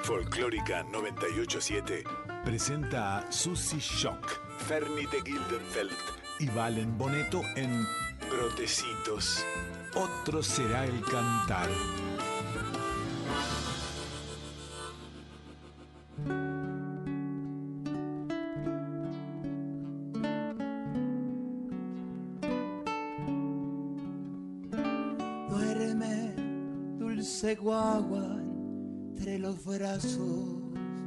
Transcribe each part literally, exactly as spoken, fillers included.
Folclórica noventa y ocho punto siete presenta a Susi Shock, Fernie de Gildenfeld y Valen Boneto en Brotecitos. Otro será el cantar. Duerme, dulce guagua, entre los brazos,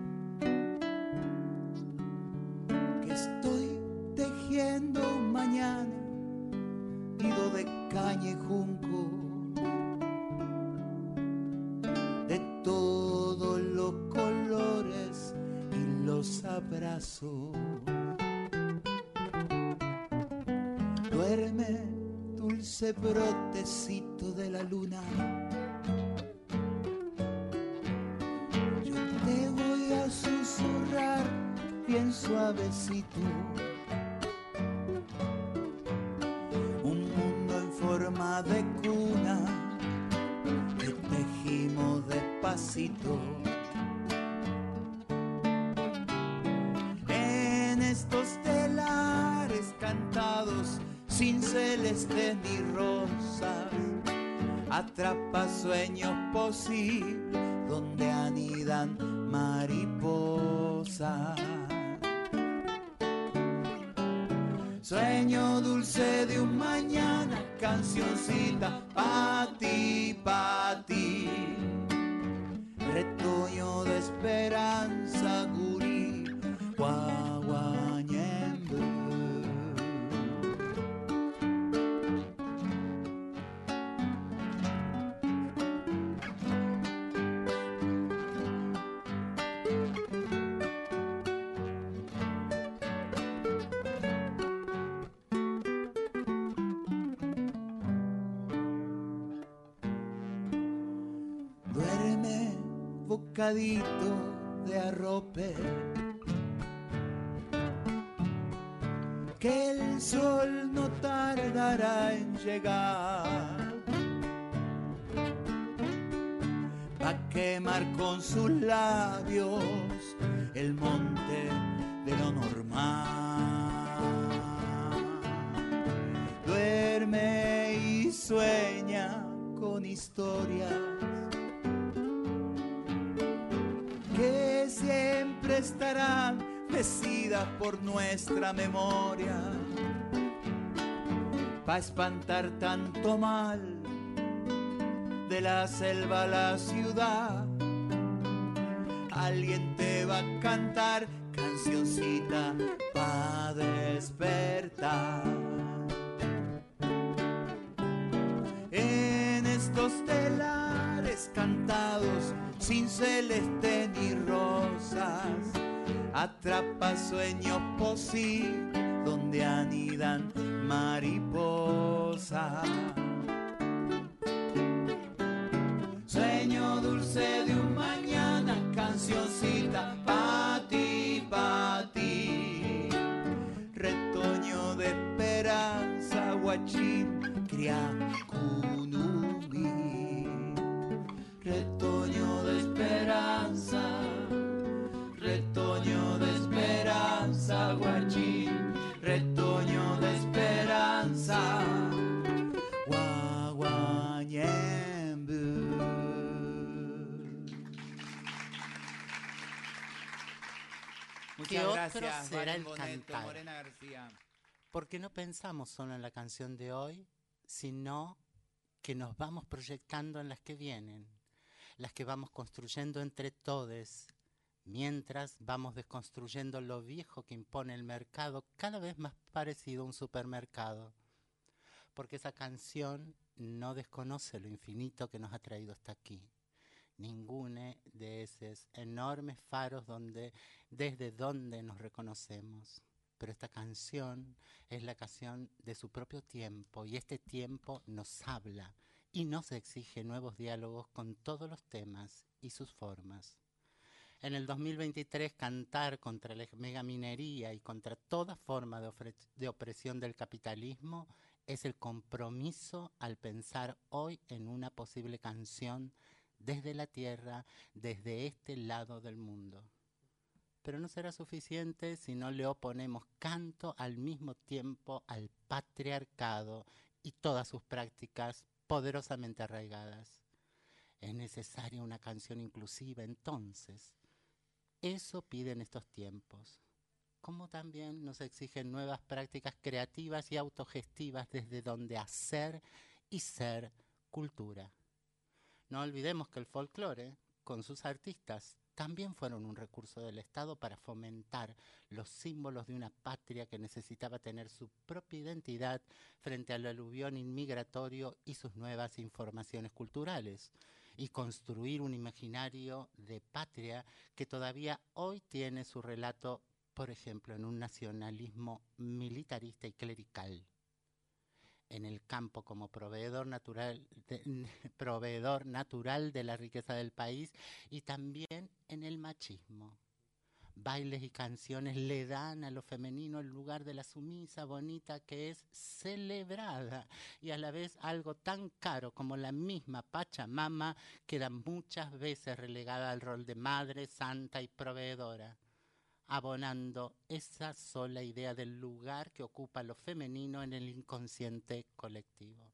que estoy tejiendo un mañana, nido de caña y junco, de todos los colores y los abrazos. Duerme, dulce brotecito de la luna, yo te voy a susurrar bien suavecito un mundo en forma de cuna que tejimos despacito. En estos telares cantados sin celeste ni rosas, atrapa sueños posibles donde anidan mariposas. Sueño dulce de un mañana, cancioncita pa' ti, pa' ti. Retoño de esperanza, gurí, guaguañembe. Bocadito de arrope, que el sol no tardará en llegar, pa' quemar con sus labios el monte de lo normal. Duerme y sueña con historias que siempre estarán mecidas por nuestra memoria, pa' espantar tanto mal de la selva a la ciudad. Alguien te va a cantar cancioncita pa' despertar. En estos telares cantados sin celeste ni rosas, atrapa sueños posibles donde anidan mariposas. Sueño dulce de un mañana, cancioncita pa' ti, pa' ti. Retoño de esperanza, guachín, criacunumi. Retoño de esperanza, retoño de esperanza, guachín, retoño de esperanza, guaguañembu. Muchas ¿Qué otro gracias, será Valen el Boneto, cantar? Morena García. Porque no pensamos solo en la canción de hoy, sino que nos vamos proyectando en las que vienen, las que vamos construyendo entre todes, mientras vamos desconstruyendo lo viejo que impone el mercado, cada vez más parecido a un supermercado. Porque esa canción no desconoce lo infinito que nos ha traído hasta aquí. Ninguno de esos enormes faros donde, desde donde nos reconocemos. Pero esta canción es la canción de su propio tiempo, y este tiempo nos habla y nos exige nuevos diálogos con todos los temas y sus formas. En el dos mil veintitrés, cantar contra la megaminería y contra toda forma de, ofre- de opresión del capitalismo es el compromiso al pensar hoy en una posible canción desde la tierra, desde este lado del mundo. Pero no será suficiente si no le oponemos canto al mismo tiempo al patriarcado y todas sus prácticas poderosamente arraigadas. Es necesaria una canción inclusiva entonces. Eso piden estos tiempos. Como también nos exigen nuevas prácticas creativas y autogestivas desde donde hacer y ser cultura. No olvidemos que el folclore, con sus artistas, también fueron un recurso del Estado para fomentar los símbolos de una patria que necesitaba tener su propia identidad frente al aluvión inmigratorio y sus nuevas informaciones culturales, y construir un imaginario de patria que todavía hoy tiene su relato, por ejemplo, en un nacionalismo militarista y clerical. En el campo como proveedor natural, de, proveedor natural de la riqueza del país, y también en el machismo. Bailes y canciones le dan a lo femenino el lugar de la sumisa bonita que es celebrada, y a la vez algo tan caro como la misma Pachamama queda muchas veces relegada al rol de madre, santa y proveedora, abonando esa sola idea del lugar que ocupa lo femenino en el inconsciente colectivo.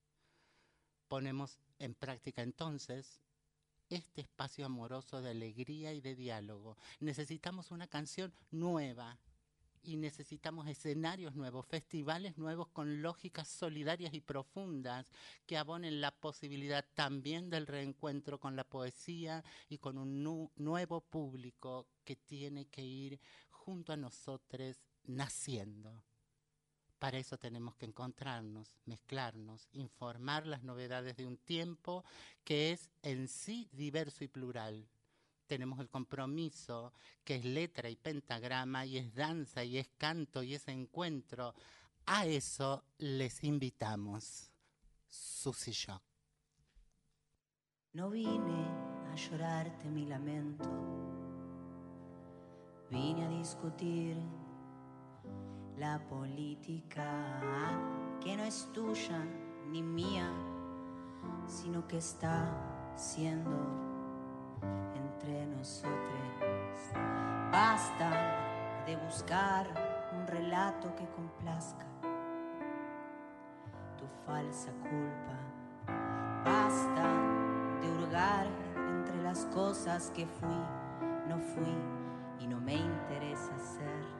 Ponemos en práctica entonces este espacio amoroso de alegría y de diálogo. Necesitamos una canción nueva y necesitamos escenarios nuevos, festivales nuevos con lógicas solidarias y profundas que abonen la posibilidad también del reencuentro con la poesía y con un nu- nuevo público que tiene que ir junto a nosotros naciendo. Para eso tenemos que encontrarnos, mezclarnos, informar las novedades de un tiempo que es en sí diverso y plural. Tenemos el compromiso, que es letra y pentagrama, y es danza, y es canto, y es encuentro. A eso les invitamos. Susy Shock. No vine a llorarte mi lamento, vine a discutir la política que no es tuya ni mía, sino que está siendo entre nosotros. Basta de buscar un relato que complazca tu falsa culpa. Basta de hurgar entre las cosas que fui, no fui y no me interesa ser.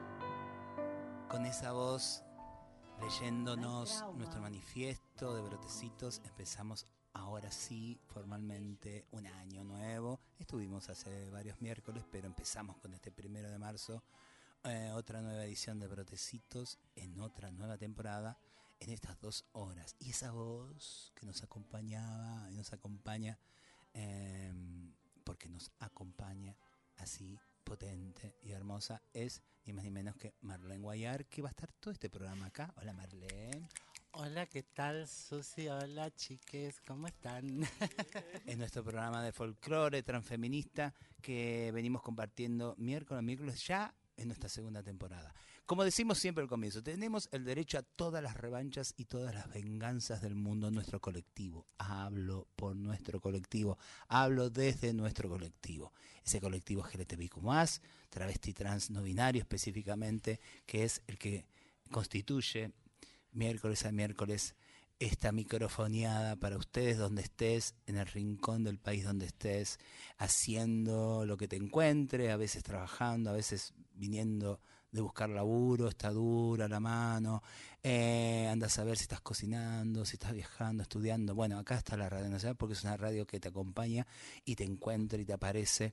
Con esa voz, leyéndonos nuestro manifiesto de Brotecitos, empezamos ahora sí formalmente un año nuevo. Estuvimos hace varios miércoles, pero empezamos con este primero de marzo, eh, otra nueva edición de Brotecitos en otra nueva temporada, en estas dos horas. Y esa voz que nos acompañaba y nos acompaña, eh, porque nos acompaña así potente y hermosa, es ni más ni menos que Marlene Guayar, que va a estar todo este programa acá. Hola, Marlene. Hola, ¿qué tal, Susi? Hola, chiques, ¿cómo están? Es nuestro programa de folclore transfeminista que venimos compartiendo miércoles a miércoles ya en nuestra segunda temporada. Como decimos siempre al comienzo, tenemos el derecho a todas las revanchas y todas las venganzas del mundo en nuestro colectivo. Hablo por nuestro colectivo, hablo desde nuestro colectivo. Ese colectivo L G T B I Q más, travesti trans no binario específicamente, que es el que constituye miércoles a miércoles esta microfoneada para ustedes donde estés, en el rincón del país donde estés, haciendo lo que te encuentre, a veces trabajando, a veces viniendo de buscar laburo, está dura la mano, eh, andas a ver si estás cocinando, si estás viajando, estudiando. Bueno, acá está la Radio Nacional porque es una radio que te acompaña y te encuentra y te aparece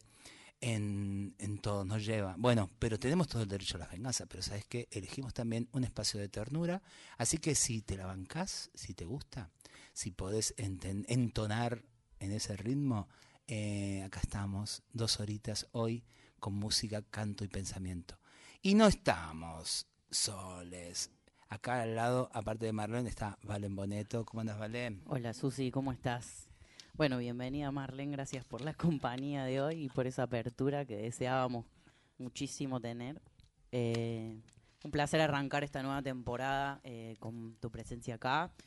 en, en todo, nos lleva. Bueno, pero tenemos todo el derecho a la venganza, pero ¿sabes qué? Elegimos también un espacio de ternura, así que si te la bancás, si te gusta, si podés enten- entonar en ese ritmo, eh, acá estamos, dos horitas hoy con música, canto y pensamiento. Y no estamos soles. Acá al lado, aparte de Marlene, está Valen Boneto. ¿Cómo andas, Valen? Hola, Susi, ¿cómo estás? Bueno, bienvenida, Marlene. Gracias por la compañía de hoy y por esa apertura que deseábamos muchísimo tener. Eh, un placer arrancar esta nueva temporada eh, con tu presencia acá.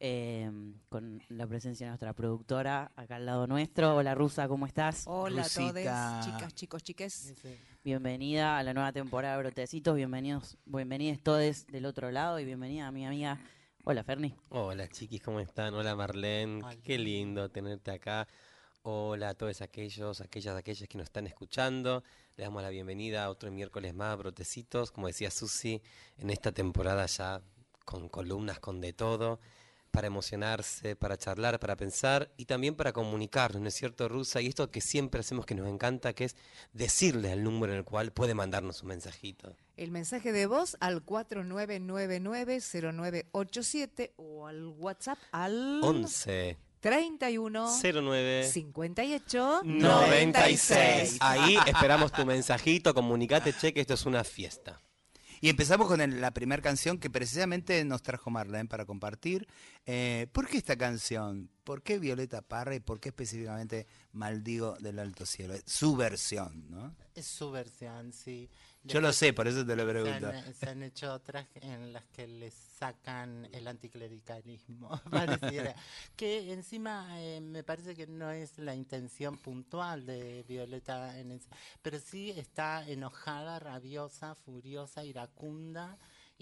eh, con la presencia de nuestra productora acá al lado nuestro. Hola Rusa, ¿cómo estás? Hola Rusita. a todos, chicas, chicos, chiques. Bienvenida a la nueva temporada de Brotecitos, bienvenidos, bienvenidos todos del otro lado y bienvenida a mi amiga. Hola Ferni. Hola chiquis, ¿cómo están? Hola Marlene, Hola. qué lindo tenerte acá. Hola a todos aquellos, aquellas, aquellas que nos están escuchando. Le damos la bienvenida a otro miércoles más, Brotecitos, como decía Susi, en esta temporada ya con columnas, con de todo, para emocionarse, para charlar, para pensar y también para comunicarnos, ¿no es cierto, Rusa? Y esto que siempre hacemos que nos encanta, que es decirle el número en el cual puede mandarnos un mensajito. El mensaje de voz al cuatro nueve nueve nueve cero nueve ocho siete o al WhatsApp al once treinta y uno cero nueve cincuenta y ocho noventa y seis. Ahí esperamos tu mensajito, comunicate, che, que esto es una fiesta. Y empezamos con el- la primera canción que precisamente nos trajo Marlene para compartir. Eh, ¿Por qué esta canción? ¿Por qué Violeta Parra y por qué específicamente Maldigo del Alto Cielo? Es su versión, ¿no? Es su versión, sí. Yo lo sé, por eso te lo Se pregunto. han, se han hecho otras en las que le sacan el anticlericalismo, pareciera. Que encima eh, me parece que no es la intención puntual de Violeta, en ese- pero sí está enojada, rabiosa, furiosa, iracunda,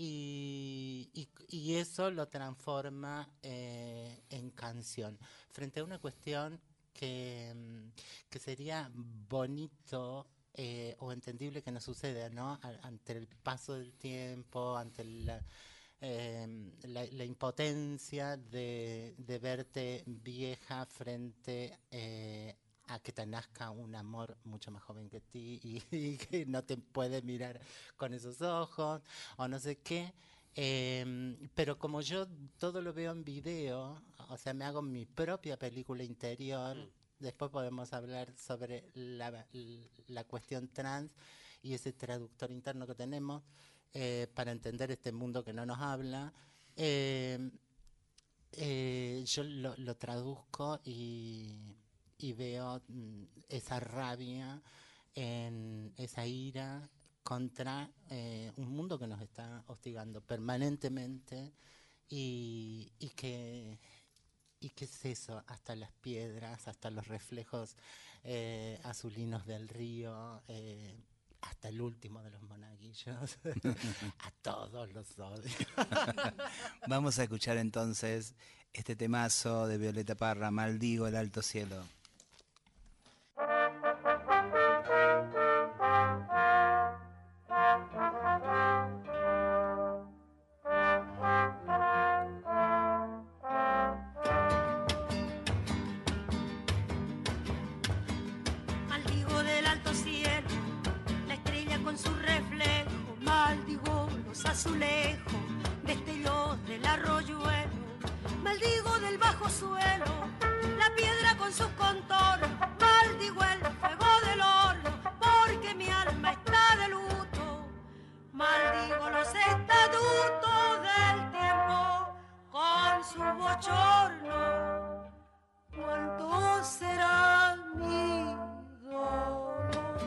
y, y, y eso lo transforma eh, en canción. Frente a una cuestión que, mm, que sería bonito eh, o entendible que no suceda, ¿no? A- ante el paso del tiempo, ante la, eh, la, la impotencia de, de verte vieja frente eh, a que te nazca un amor mucho más joven que ti y, y que no te puede mirar con esos ojos o no sé qué. Em, pero como yo todo lo veo en video, o sea, me hago mi propia película interior. Después podemos hablar sobre la, la cuestión trans y ese traductor interno que tenemos eh, para entender este mundo que no nos habla. Eh, eh, yo lo, lo traduzco y, y veo mm, esa rabia, en esa ira contra eh, un mundo que nos está hostigando permanentemente y, y que ¿y qué es eso? Hasta las piedras, hasta los reflejos eh, azulinos del río, eh, hasta el último de los monaguillos. A todos los odio. Vamos a escuchar entonces este temazo de Violeta Parra, Maldigo el Alto Cielo. Maldigo del alto cielo, la estrella con su reflejo, maldigo los azulejos, destellos del arroyuelo, maldigo del bajo suelo, la piedra con sus contornos, maldigo el fuego del horno, porque mi alma está de luto, maldigo los estatutos del tiempo con su bochorno. ¿Cuánto será mi dolor?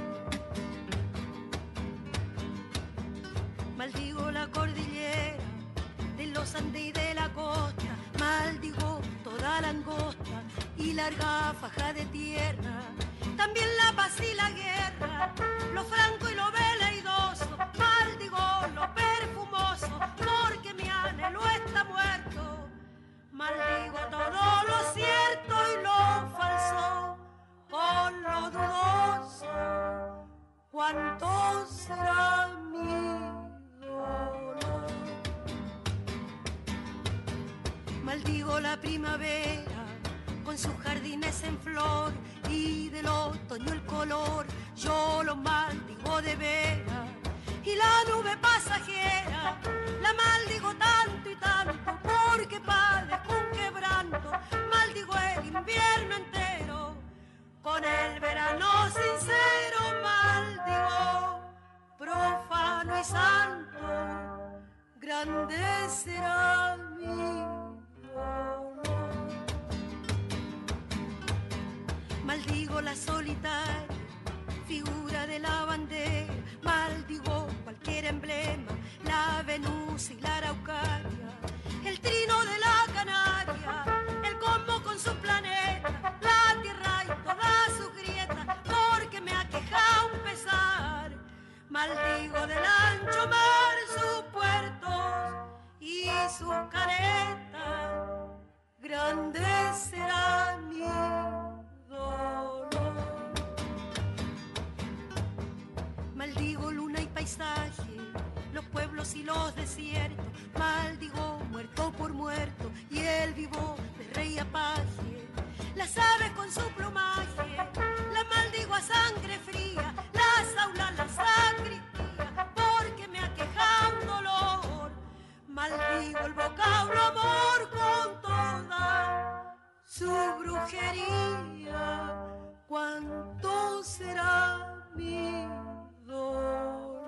Maldigo la cordillera de los Andes y de la costa, maldigo toda la angosta y larga faja de tierra, también la paz y la guerra, lo franco y lo veleidoso, maldigo lo perfumoso, porque mi anhelo está muerto. Maldigo todo lo cierto y lo falso con lo dudoso. ¿Cuánto será mi dolor? Maldigo la primavera con sus jardines en flor y del otoño el color. Yo lo maldigo de veras y la nube pasajera la maldigo tanto y tanto porque padezco un quebranto. Maldigo el invierno entero con el verano sincero, maldigo profano y santo, grande será mi dolor. Maldigo la solitaria figura de la bandera, maldigo cualquier emblema, la Venus y la Araucaria, el trino de la Canaria, brujería, cuánto será mi dolor.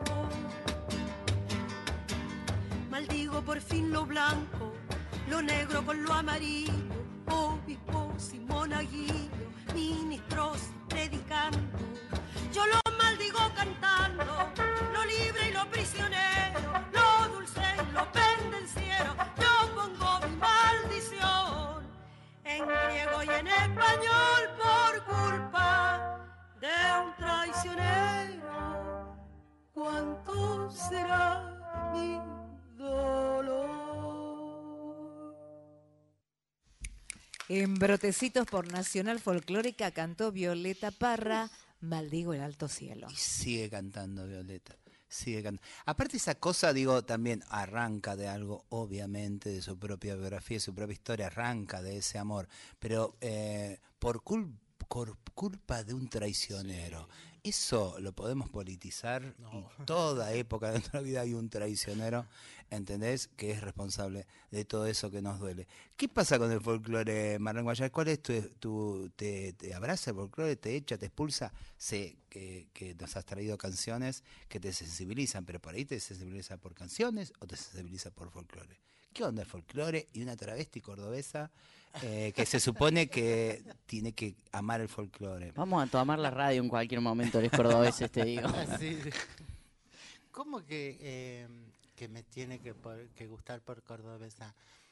Maldigo por fin lo blanco, lo negro con lo amarillo, obispos y monaguillos, ministros predicando. Yo lo maldigo cantando, lo libre y lo prisionero, lo dulce y lo pendenciero. Yo pongo mi maldición en griego y en español por culpa de un traicionero. ¿Cuánto será mi dolor? En Brotecitos por Nacional Folclórica cantó Violeta Parra, Maldigo el alto cielo. Y sigue cantando Violeta, sigue cantando. Aparte esa cosa, digo, también arranca de algo, obviamente, de su propia biografía, de su propia historia, arranca de ese amor, pero eh, por, cul por culpa de un traicionero. Sí. Eso lo podemos politizar, no. Y toda época de nuestra vida hay un traicionero, ¿entendés? Que es responsable de todo eso que nos duele. ¿Qué pasa con el folclore, Marlene Guayar? ¿Cuál es tu, tu te, te abraza el folclore, te echa, te expulsa? Sé que, que nos has traído canciones que te sensibilizan, pero por ahí te sensibiliza por canciones o te sensibiliza por folclore. ¿Qué onda el folclore y una travesti cordobesa eh, que se supone que tiene que amar el folclore? Vamos a tomar la radio en cualquier momento, los cordobeses, te digo. Sí. ¿Cómo que, eh, que me tiene que, por, que gustar por cordobesa?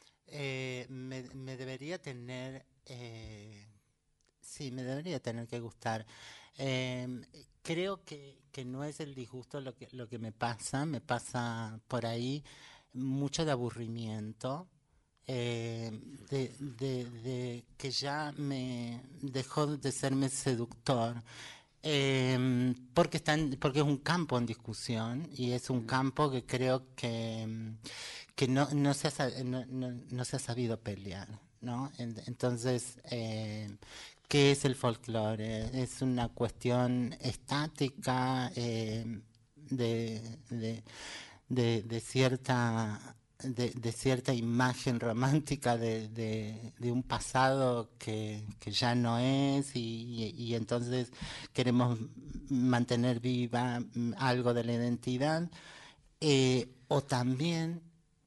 Eh, me, me debería tener... Eh, sí, me debería tener que gustar. Eh, creo que, que no es el disgusto lo que, lo que me pasa, me pasa por ahí mucho de aburrimiento, eh, de, de, de que ya me dejó de serme seductor, eh, porque, están, porque es un campo en discusión y es un campo que creo que, que no, no, se ha, no, no, no se ha sabido pelear, ¿no? Entonces, eh, ¿qué es el folclore? Es una cuestión estática, eh, de... de De, de cierta de, de cierta imagen romántica de, de, de un pasado que, que ya no es y, y, y entonces queremos mantener viva algo de la identidad, eh, o también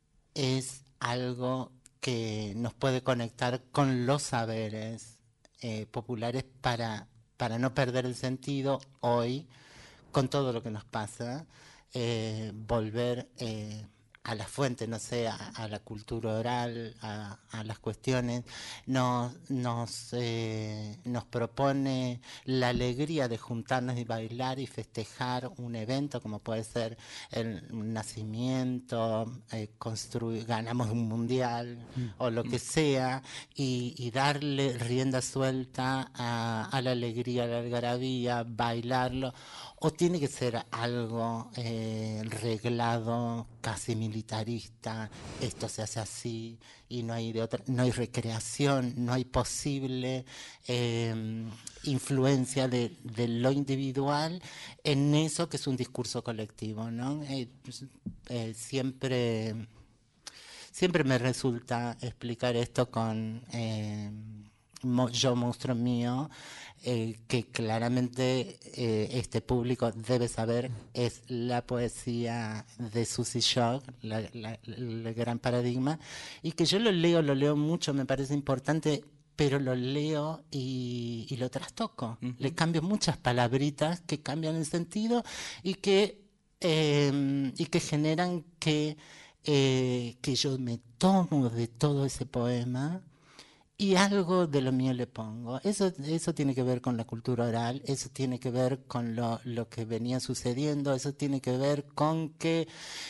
es algo que nos puede conectar con los saberes eh, populares para, para no perder el sentido hoy con todo lo que nos pasa. Eh, volver eh, a la fuente, no sé, a, a la cultura oral, a, a las cuestiones, nos, nos, eh, nos propone la alegría de juntarnos y bailar y festejar un evento como puede ser el nacimiento, eh, construir, ganamos un mundial mm. o lo que sea, y, y darle rienda suelta a, a la alegría, a la algarabía, bailarlo. ¿O tiene que ser algo eh, reglado, casi militarista? Esto se hace así y no hay de otra, no hay recreación, no hay posible eh, influencia de, de lo individual en eso que es un discurso colectivo, ¿no? Eh, eh, siempre, siempre me resulta explicar esto con eh, mo, Yo Monstruo Mío. Eh, que claramente eh, este público debe saber es la poesía de Susy Shock, la, la, el gran paradigma, y que yo lo leo, lo leo mucho, me parece importante, pero lo leo y, y lo trastoco. Uh-huh. Le cambio muchas palabritas que cambian el sentido y que, eh, y que generan que, eh, que yo me tomo de todo ese poema y algo de lo mío le pongo. Eso, eso tiene que ver con la cultura oral, eso tiene que ver con lo, lo que venía sucediendo, eso tiene que ver con que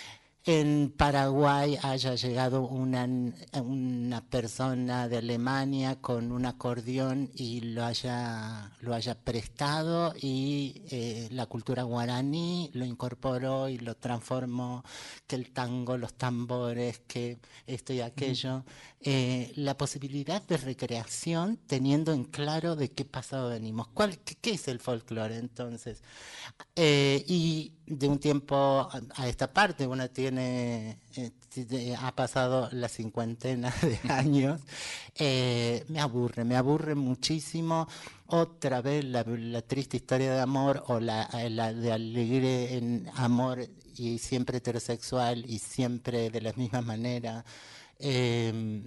en Paraguay haya llegado una, una persona de Alemania con un acordeón y lo haya, lo haya prestado y eh, la cultura guaraní lo incorporó y lo transformó, que el tango, los tambores, que esto y aquello. Mm. Eh, la posibilidad de recreación teniendo en claro de qué pasado venimos. ¿Cuál, qué, qué es el folclore entonces? Eh, y de un tiempo a, a esta parte, uno tiene, eh, t- ha pasado la cincuentena de años, eh, me aburre, me aburre muchísimo. Otra vez la, la triste historia de amor o la, la de alegre en amor y siempre heterosexual y siempre de la misma manera. Eh,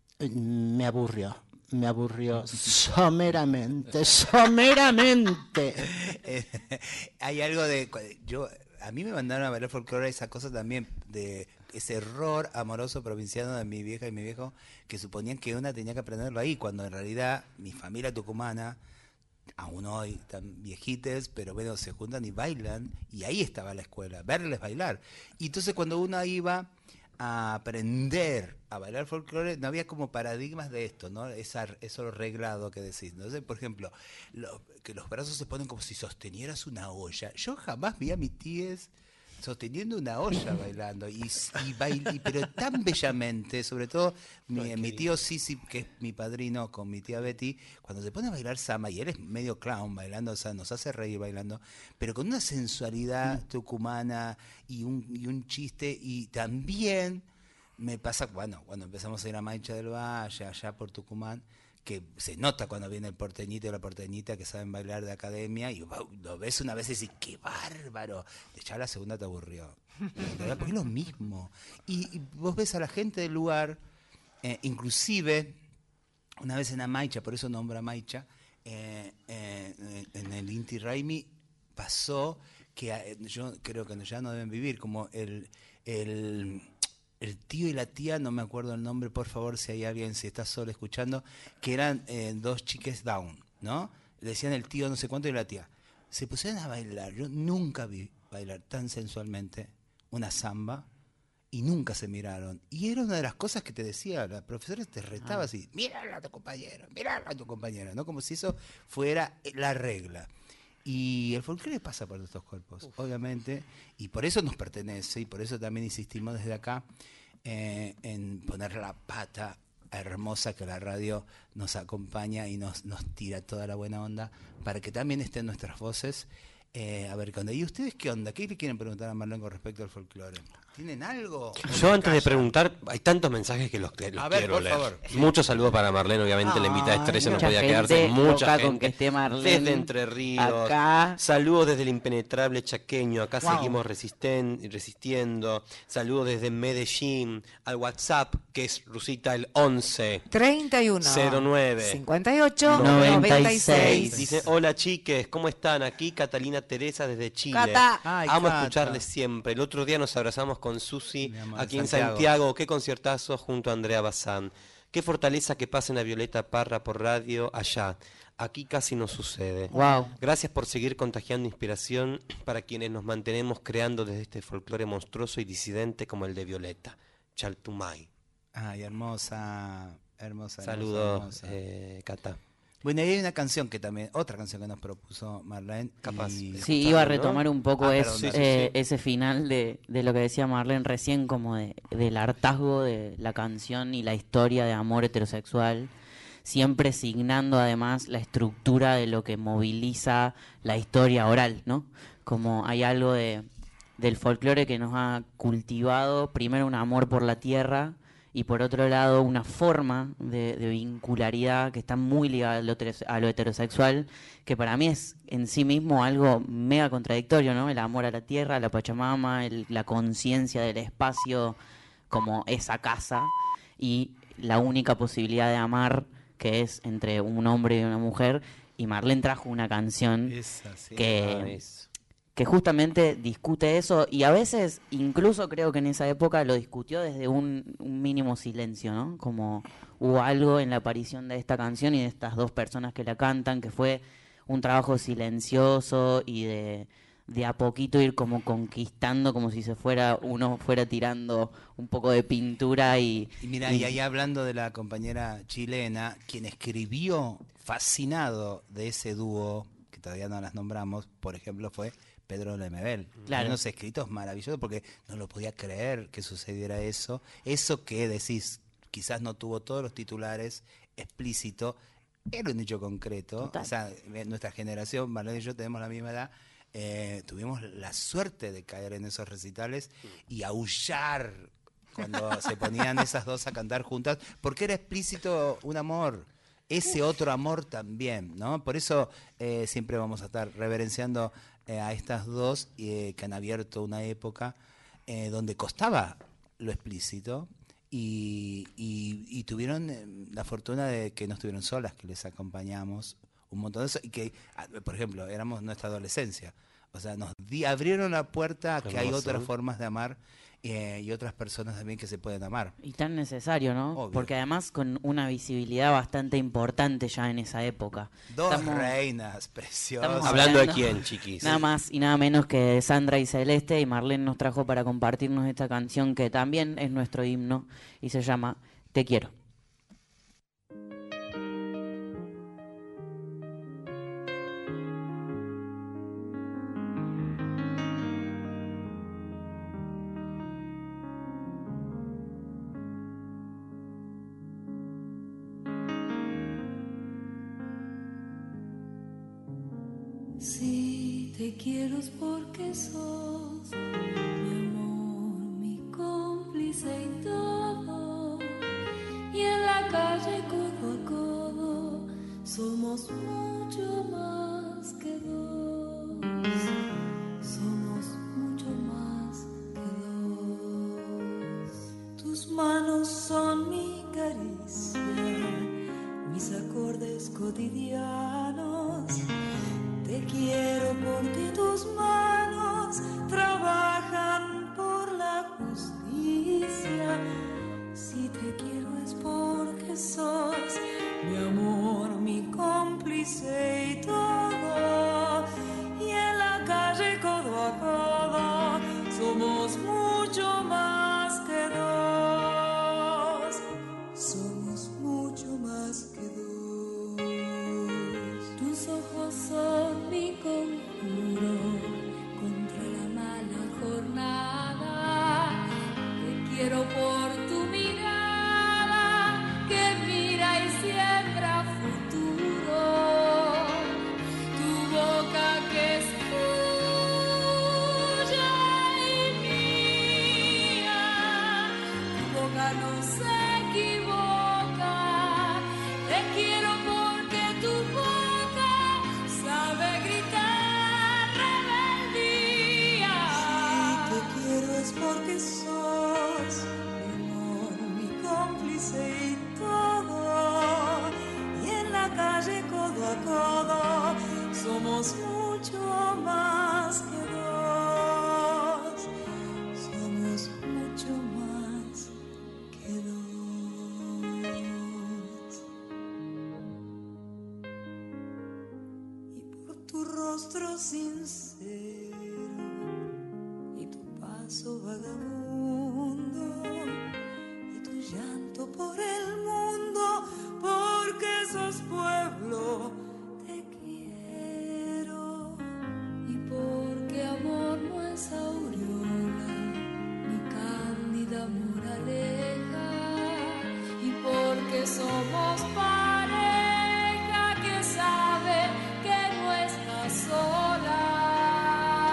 me aburrió. Me aburrió someramente, someramente. Eh, hay algo de... yo A mí me mandaron a bailar folclore esa cosa también, de ese error amoroso provinciano de mi vieja y mi viejo, que suponían que una tenía que aprenderlo ahí, cuando en realidad mi familia tucumana, aún hoy, tan viejites, pero bueno, se juntan y bailan, y ahí estaba la escuela, verles bailar. Y entonces cuando uno iba a aprender a bailar folclore, no había como paradigmas de esto, ¿no? Esa, eso reglado que decís. Entonces, por ejemplo, lo, que los brazos se ponen como si sostenieras una olla. Yo jamás vi a mis tíes sosteniendo una olla bailando, y, y bail, y, pero tan bellamente, sobre todo mi, mi tío Sisi, que es mi padrino, con mi tía Betty, cuando se pone a bailar samba, y él es medio clown bailando, o sea, nos hace reír bailando, pero con una sensualidad tucumana y un, y un chiste, y también me pasa, bueno, cuando empezamos a ir a Maicha del Valle, allá por Tucumán, que se nota cuando viene el porteñito y la porteñita que saben bailar de academia, y wow, lo ves una vez y decís, ¡qué bárbaro! Ya la segunda te aburrió. Porque es lo mismo. Y, y vos ves a la gente del lugar, eh, inclusive, una vez en Amaicha, por eso nombra Amaicha, eh, eh, en el Inti Raymi pasó que eh, yo creo que ya no deben vivir, como el... el el tío y la tía, no me acuerdo el nombre, por favor, si hay alguien, si está solo escuchando, que eran eh, dos chiques down, ¿no? Le decían el tío no sé cuánto y la tía. Se pusieron a bailar. Yo nunca vi bailar tan sensualmente una samba y nunca se miraron. Y era una de las cosas que te decía, la profesora te retaba ah. así, mírala a tu compañero, mírala a tu compañero, ¿no? Como si eso fuera la regla. Y el folclore pasa por estos cuerpos, Uf. obviamente, y por eso nos pertenece, y por eso también insistimos desde acá eh, en poner la pata hermosa que la radio nos acompaña y nos, nos tira toda la buena onda, para que también estén nuestras voces. Eh, a ver, ¿qué onda? ¿Y ustedes qué onda? ¿Qué le quieren preguntar a Marlene con respecto al folclore? ¿Tienen algo? Yo antes de preguntar, hay tantos mensajes que los, los a ver, quiero por leer. Favor. Muchos saludos para Marlene, obviamente ah, la invitada estrella no mucha podía gente quedarse. Mucha gente con que esté Marlene desde Entre Ríos. Acá. Saludos desde el impenetrable chaqueño. Acá wow. seguimos resisten, resistiendo. Saludos desde Medellín. Al WhatsApp, que es Rusita el once. treinta y uno. cero nueve. cincuenta y ocho. noventa y seis. Dice, hola chiques, ¿cómo están? Aquí Catalina Teresa desde Chile. Cata. Ay, Amo Cata. escucharles siempre. El otro día nos abrazamos con Susi aquí en Santiago. Santiago. Qué conciertazo junto a Andrea Bazán. Qué fortaleza que pasen a Violeta Parra por radio allá. Aquí casi no sucede. Wow. Gracias por seguir contagiando inspiración para quienes nos mantenemos creando desde este folclore monstruoso y disidente como el de Violeta. Chaltumay. Ay, hermosa, hermosa. Saludos, hermosa. eh, Cata. Bueno, y hay una canción que también, otra canción que nos propuso Marlene. Capaz. Y... Sí, iba a retomar un poco ah, es, perdón, sí, sí, eh, sí. ese final de, de lo que decía Marlene recién, como de, del hartazgo de la canción y la historia de amor heterosexual, siempre signando además la estructura de lo que moviliza la historia oral, ¿no? Como hay algo de, del folclore que nos ha cultivado, primero un amor por la tierra, y por otro lado una forma de, de vincularidad que está muy ligada a lo, a lo heterosexual, que para mí es en sí mismo algo mega contradictorio, ¿no? El amor a la tierra, a la Pachamama, el, la conciencia del espacio como esa casa, y la única posibilidad de amar que es entre un hombre y una mujer, y Marlene trajo una canción Esa, sí, que... que justamente discute eso, y a veces incluso creo que en esa época lo discutió desde un, un mínimo silencio, ¿no? Como hubo algo en la aparición de esta canción y de estas dos personas que la cantan, que fue un trabajo silencioso y de, de a poquito ir como conquistando, como si se fuera uno fuera tirando un poco de pintura y... Y mira, y, y ahí hablando de la compañera chilena, quien escribió fascinado de ese dúo, que todavía no las nombramos, por ejemplo, fue Pedro Lemebel. Claro. Unos escritos maravillosos, porque no lo podía creer que sucediera eso. Eso que decís, quizás no tuvo todos los titulares explícito, era un hecho concreto. Total. O sea, nuestra generación, Marlene y yo tenemos la misma edad, eh, tuvimos la suerte de caer en esos recitales y aullar cuando se ponían esas dos a cantar juntas, porque era explícito un amor, ese otro amor también, ¿no? Por eso eh, siempre vamos a estar reverenciando eh, a estas dos eh, que han abierto una época eh, donde costaba lo explícito y, y, y tuvieron eh, la fortuna de que no estuvieron solas, que les acompañamos un montón de eso y que, por ejemplo, éramos nuestra adolescencia, o sea, nos di, abrieron la puerta a que hay otras formas de amar eh, y otras personas también que se pueden amar. Y tan necesario, ¿no? Obvio. Porque además con una visibilidad bastante importante ya en esa época. Dos Estamos- reinas preciosas. estamos ¿Hablando de quién, chiquis? Nada más y nada menos que de Sandra y Celeste, y Marlene nos trajo para compartirnos esta canción que también es nuestro himno y se llama Te quiero. Si te quiero es porque sos mi amor, mi cómplice y todo. Y en la calle codo a codo somos mucho más que dos. Somos mucho más que dos. Tus manos son mi caricia, mis acordes cotidianos. Te quiero porque tus manos trabajan por la justicia. Si te quiero es porque sos mi amor, mi cómplice y todo. Y en la calle codo a codo somos mucho más que dos. Somos mucho más que dos. Tus ojos son mi conjuro contra la mala jornada. Te quiero por tu mirada que mira y siembra futuro. Tu boca que es tuya y mía. Tu boca no se equivoca. Te quiero porque tu boca sabe gritar rebeldía. Si te quiero es porque sos mi amor, mi cómplice y todo. Y en la calle codo a codo somos mucho más que dos. Somos mucho más que dos. Por tu rostro sincero y tu paso vagabundo y tu llanto por el mundo, porque sos pueblo, te quiero. Y porque amor no es aureola ni cándida moraleja, y porque somos pareja que sabe que no está sola.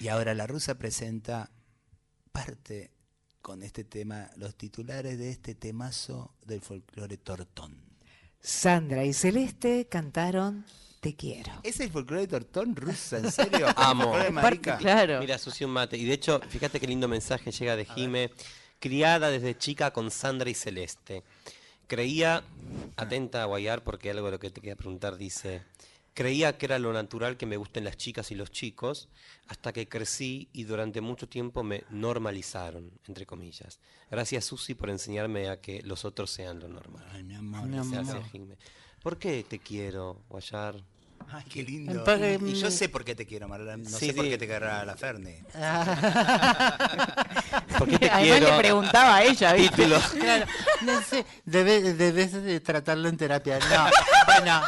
Y ahora la rusa presenta parte con este tema, los titulares de este temazo del folclore tortón. Sandra y Celeste cantaron Te quiero. ¿Es el folclore tortón rusa? ¿En serio? Amo. Parte, claro. Mira, Susi, un mate. Y de hecho, fíjate qué lindo mensaje llega de Jime. Criada desde chica con Sandra y Celeste. Creía, atenta a Guayar, porque algo de lo que te quería preguntar dice... Creía que era lo natural que me gusten las chicas y los chicos, hasta que crecí y durante mucho tiempo me normalizaron, entre comillas. Gracias, Susi, por enseñarme a que los otros sean lo normal. Ay, mi amor. Mi amor. Gracias, Jime. ¿Por qué te quiero, Guayar? Ay, qué lindo. Porque, Y yo sé por qué te quiero, Marlene. No Sí, sé por sí. qué te querrá la Ferni. ¿Por qué te Además quiero? le preguntaba a ella, ¿viste? Título. Claro, no sé, debe- debes de tratarlo en terapia. No, bueno.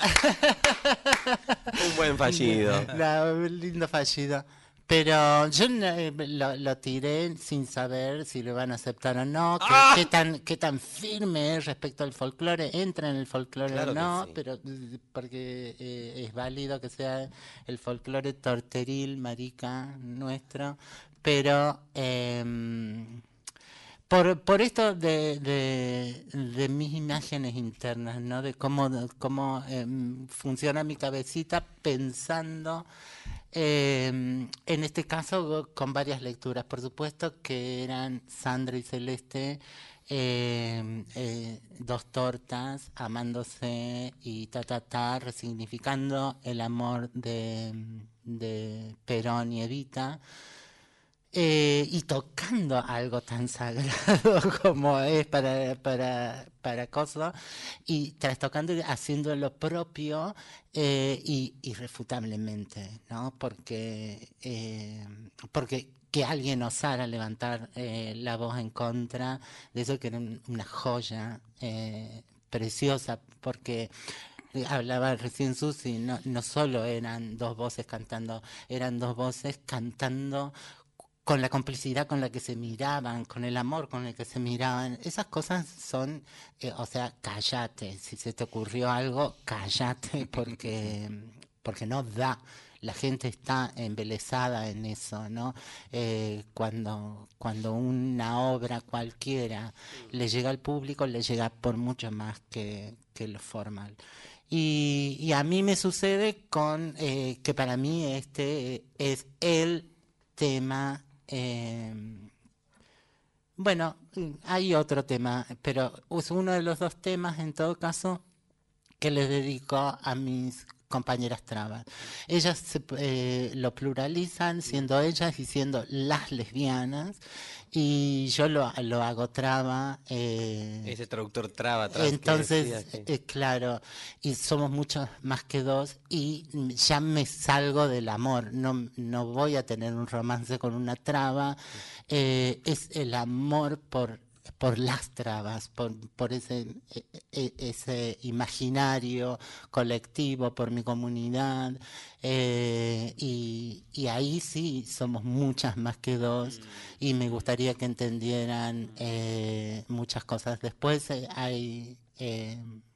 Un buen fallido. La- un lindo fallido. Pero yo no, eh, lo, lo tiré sin saber si lo van a aceptar o no, qué, qué tan qué tan firme es respecto al folclore, entra en el folclore Claro o que no, sí. pero eh, porque eh, es válido que sea el folclore torteril, marica, nuestro, pero... em, Por, por esto de, de, de mis imágenes internas, ¿no? De cómo, cómo em, funciona mi cabecita pensando, em, en este caso con varias lecturas, por supuesto que eran Sandra y Celeste, em, eh, dos tortas, amándose y ta ta ta, resignificando el amor de, de Perón y Evita. Eh, y tocando algo tan sagrado como es para para para Kosovo, y trastocando y haciendo lo propio eh, y irrefutablemente, ¿no? Porque eh, porque que alguien osara levantar eh, la voz en contra de eso, que era un- una joya eh, preciosa, porque eh, hablaba recién Susi, no, no solo eran dos voces cantando, eran dos voces cantando con la complicidad con la que se miraban, con el amor con el que se miraban. Esas cosas son, eh, o sea, cállate, si se te ocurrió algo, cállate, porque, porque no da. La gente está embelesada en eso, ¿no? Eh, cuando, cuando una obra cualquiera le llega al público, le llega por mucho más que, que lo formal. Y, y a mí me sucede con eh, que para mí este es el tema. Eh, bueno, hay otro tema, pero es uno de los dos temas, en todo caso, que les dedico a mis compañeras trabas. Ellas se, eh, lo pluralizan siendo ellas y siendo las lesbianas, y yo lo, lo hago traba. Eh, Ese traductor traba atrás. que entonces, decía, sí. eh, claro, y somos muchos más que dos, y mm, ya me salgo del amor, no, no voy a tener un romance con una traba, eh, es el amor por por las trabas, por, por ese, e- e- ese imaginario colectivo, por mi comunidad, eh, y, y ahí sí somos muchas más que dos, y me gustaría que entendieran eh, muchas cosas. Después eh, hay... eh,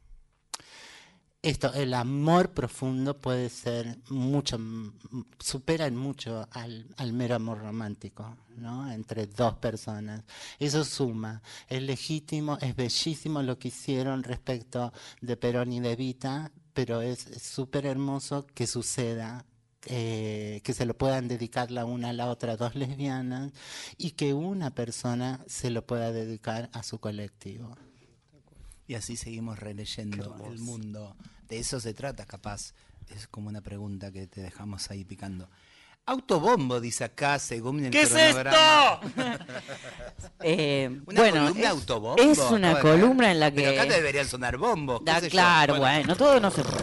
esto, el amor profundo puede ser mucho, m- supera en mucho al, al mero amor romántico, ¿no? Entre dos personas. Eso suma, es legítimo, es bellísimo lo que hicieron respecto de Perón y de Evita, pero es súper hermoso que suceda. Eh, que se lo puedan dedicar la una a la otra, dos lesbianas, y que una persona se lo pueda dedicar a su colectivo. Y así seguimos releyendo el mundo. De eso se trata, capaz. Es como una pregunta que te dejamos ahí picando. Autobombo, dice acá, según el ¿Qué es cronograma. Eh, ¿Una bueno, columna es, autobombo? es una Acaba de columna caer. en la que... Pero acá te deberían sonar bombos. qué Da, sé yo. claro, bueno, todo no se...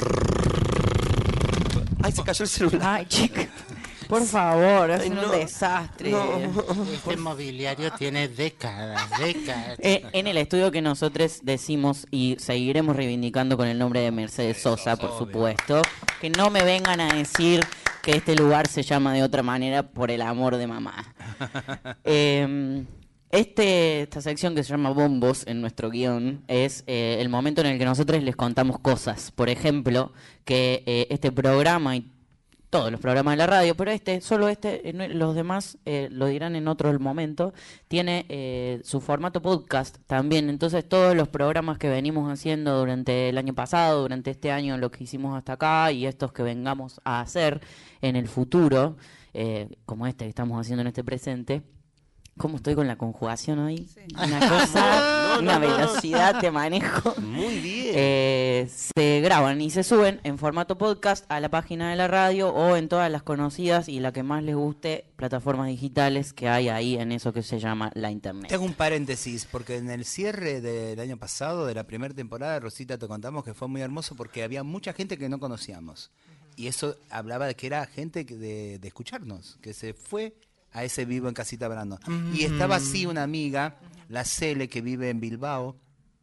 Ay, se cayó el celular. Ay, chica, por favor, Ay, hacen no. un desastre. Este mobiliario tiene décadas, décadas. Eh, en el estudio que nosotros decimos y seguiremos reivindicando con el nombre de Mercedes Sosa, por supuesto, que no me vengan a decir que este lugar se llama de otra manera, por el amor de mamá. Eh, este, esta sección que se llama Bombos en nuestro guión es eh, el momento en el que nosotros les contamos cosas. Por ejemplo, que eh, este programa y todos los programas de la radio, pero este, solo este, eh, no- los demás eh, lo dirán en otro momento, tiene eh, su formato podcast también. Entonces todos los programas que venimos haciendo durante el año pasado, durante este año, lo que hicimos hasta acá y estos que vengamos a hacer en el futuro, eh, como este que estamos haciendo en este presente. ¿Cómo estoy con la conjugación hoy? Una cosa, No, no, una no, no. velocidad de manejo. Muy bien. Eh, se graban y se suben en formato podcast a la página de la radio o en todas las conocidas y la que más les guste plataformas digitales que hay ahí en eso que se llama la internet. Te hago un paréntesis, porque en el cierre del año pasado, de la primera temporada, Rosita, te contamos que fue muy hermoso porque había mucha gente que no conocíamos. Y eso hablaba de que era gente que de, de escucharnos, que se fue a ese vivo en Casita Brando. Y estaba así una amiga, la Cele, que vive en Bilbao,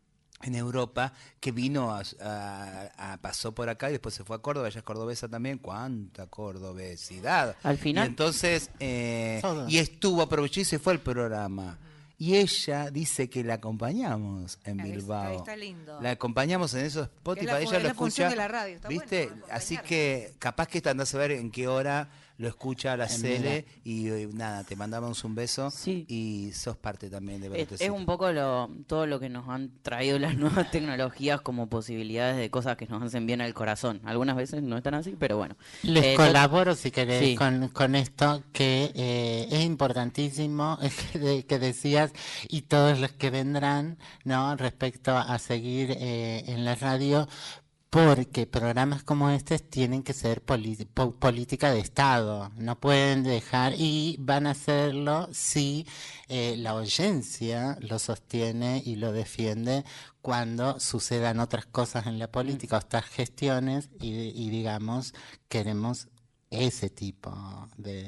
en Europa, que vino, a, a- a- pasó por acá y después se fue a Córdoba. Ella es cordobesa también. ¡Cuánta cordobesidad! Al final- Y entonces, eh, Todo. y estuvo, aprovechó y se fue al programa. Y ella dice que la acompañamos en Ahí está- Bilbao. ahí está lindo. La acompañamos en esos Spotify, la fu- ella es lo la función escucha. de la radio, está ¿Viste? bueno, Así acompañar. que capaz que esta andás a ver en qué hora lo escucha la En Cele y, eh, nada, te mandamos un beso Sí. y sos parte también de Es, Brotecito. es un poco lo, todo lo que nos han traído las nuevas tecnologías como posibilidades de cosas que nos hacen bien al corazón. Algunas veces no están así, pero bueno. Les Eh, yo- colaboro, si querés, Sí. con, con esto, que eh, es importantísimo que, de- que decías, y todos los que vendrán, ¿no? Respecto a seguir eh, en la radio, porque programas como este tienen que ser poli- po- política de Estado, no pueden dejar, y van a hacerlo si eh, la audiencia lo sostiene y lo defiende cuando sucedan otras cosas en la política, otras gestiones, y, y digamos, queremos ese tipo de,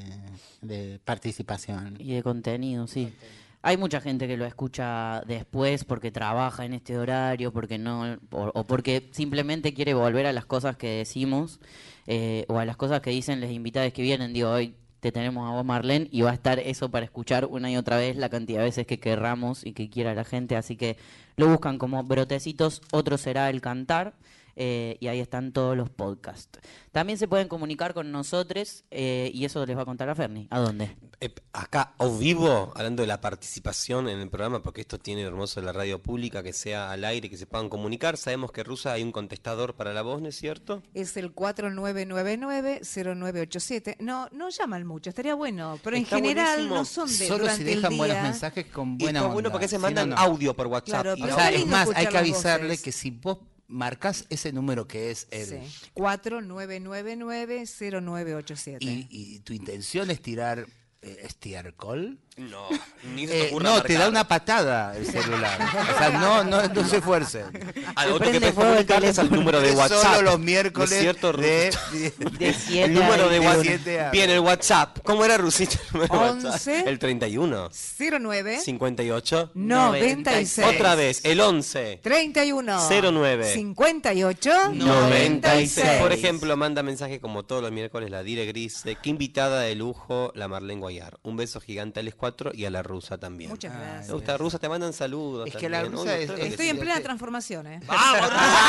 de participación. Y de contenido, sí. Hay mucha gente que lo escucha después porque trabaja en este horario, porque no, o, o porque simplemente quiere volver a las cosas que decimos eh, o a las cosas que dicen los invitados que vienen. Digo, hoy te tenemos a vos, Marlene, y va a estar eso para escuchar una y otra vez la cantidad de veces que querramos y que quiera la gente. Así que lo buscan como Brotecitos, otro será el cantar. Eh, y ahí están todos los podcasts. También se pueden comunicar con nosotros eh, y eso les va a contar a Ferni. ¿A dónde? Eh, acá, o vivo, hablando de la participación en el programa, porque esto tiene hermoso de la radio pública, que sea al aire, que se puedan comunicar. Sabemos que, Rusa, hay un contestador para la voz, ¿no es cierto? Es el cuatro nueve nueve nueve cero nueve ocho siete. No, no llaman mucho, estaría bueno, pero Está en general buenísimo. no son de Solo durante si dejan el buenos día. mensajes con Y buena está onda. bueno porque se Si mandan no, no. audio por WhatsApp. Claro, y pero O la- sea, Qué es lindo más, hay escuchar que las avisarle voces. que si vos marcás ese número que es el... Sí. cuatro nueve nueve nueve cero nueve ocho siete. Y, y tu intención es tirar eh, estiércol. No, ni se te Eh, ocurra no, te da marcar. una patada el celular. O sea, no, no, no se esfuercen. Al Se otro que prende puedes fuego el comunicarles al teléfono. número de Es WhatsApp. Solo los ¿No es miércoles cierto, de, Rusita? De siete El número a de veintiuno. WhatsApp. Bien, el WhatsApp. ¿Cómo era, Rusita? El número de WhatsApp. once. El treinta y uno. cero nueve cincuenta y ocho. noventa y seis. Otra vez, el once. treinta y uno. cero nueve. cincuenta y ocho. noventa y seis. seis. Por ejemplo, manda mensaje como todos los miércoles la Dire Gris de qué invitada de lujo la Marlene Guayar. Un beso gigante a les cuatro y a la Rusa también. Muchas Ah, gracias. Me gusta, Rusa, te mandan saludos. Es que la también. Rusa Obvio, es- claro que Estoy sí. en plena transformación, ¿eh? ¡Vamos,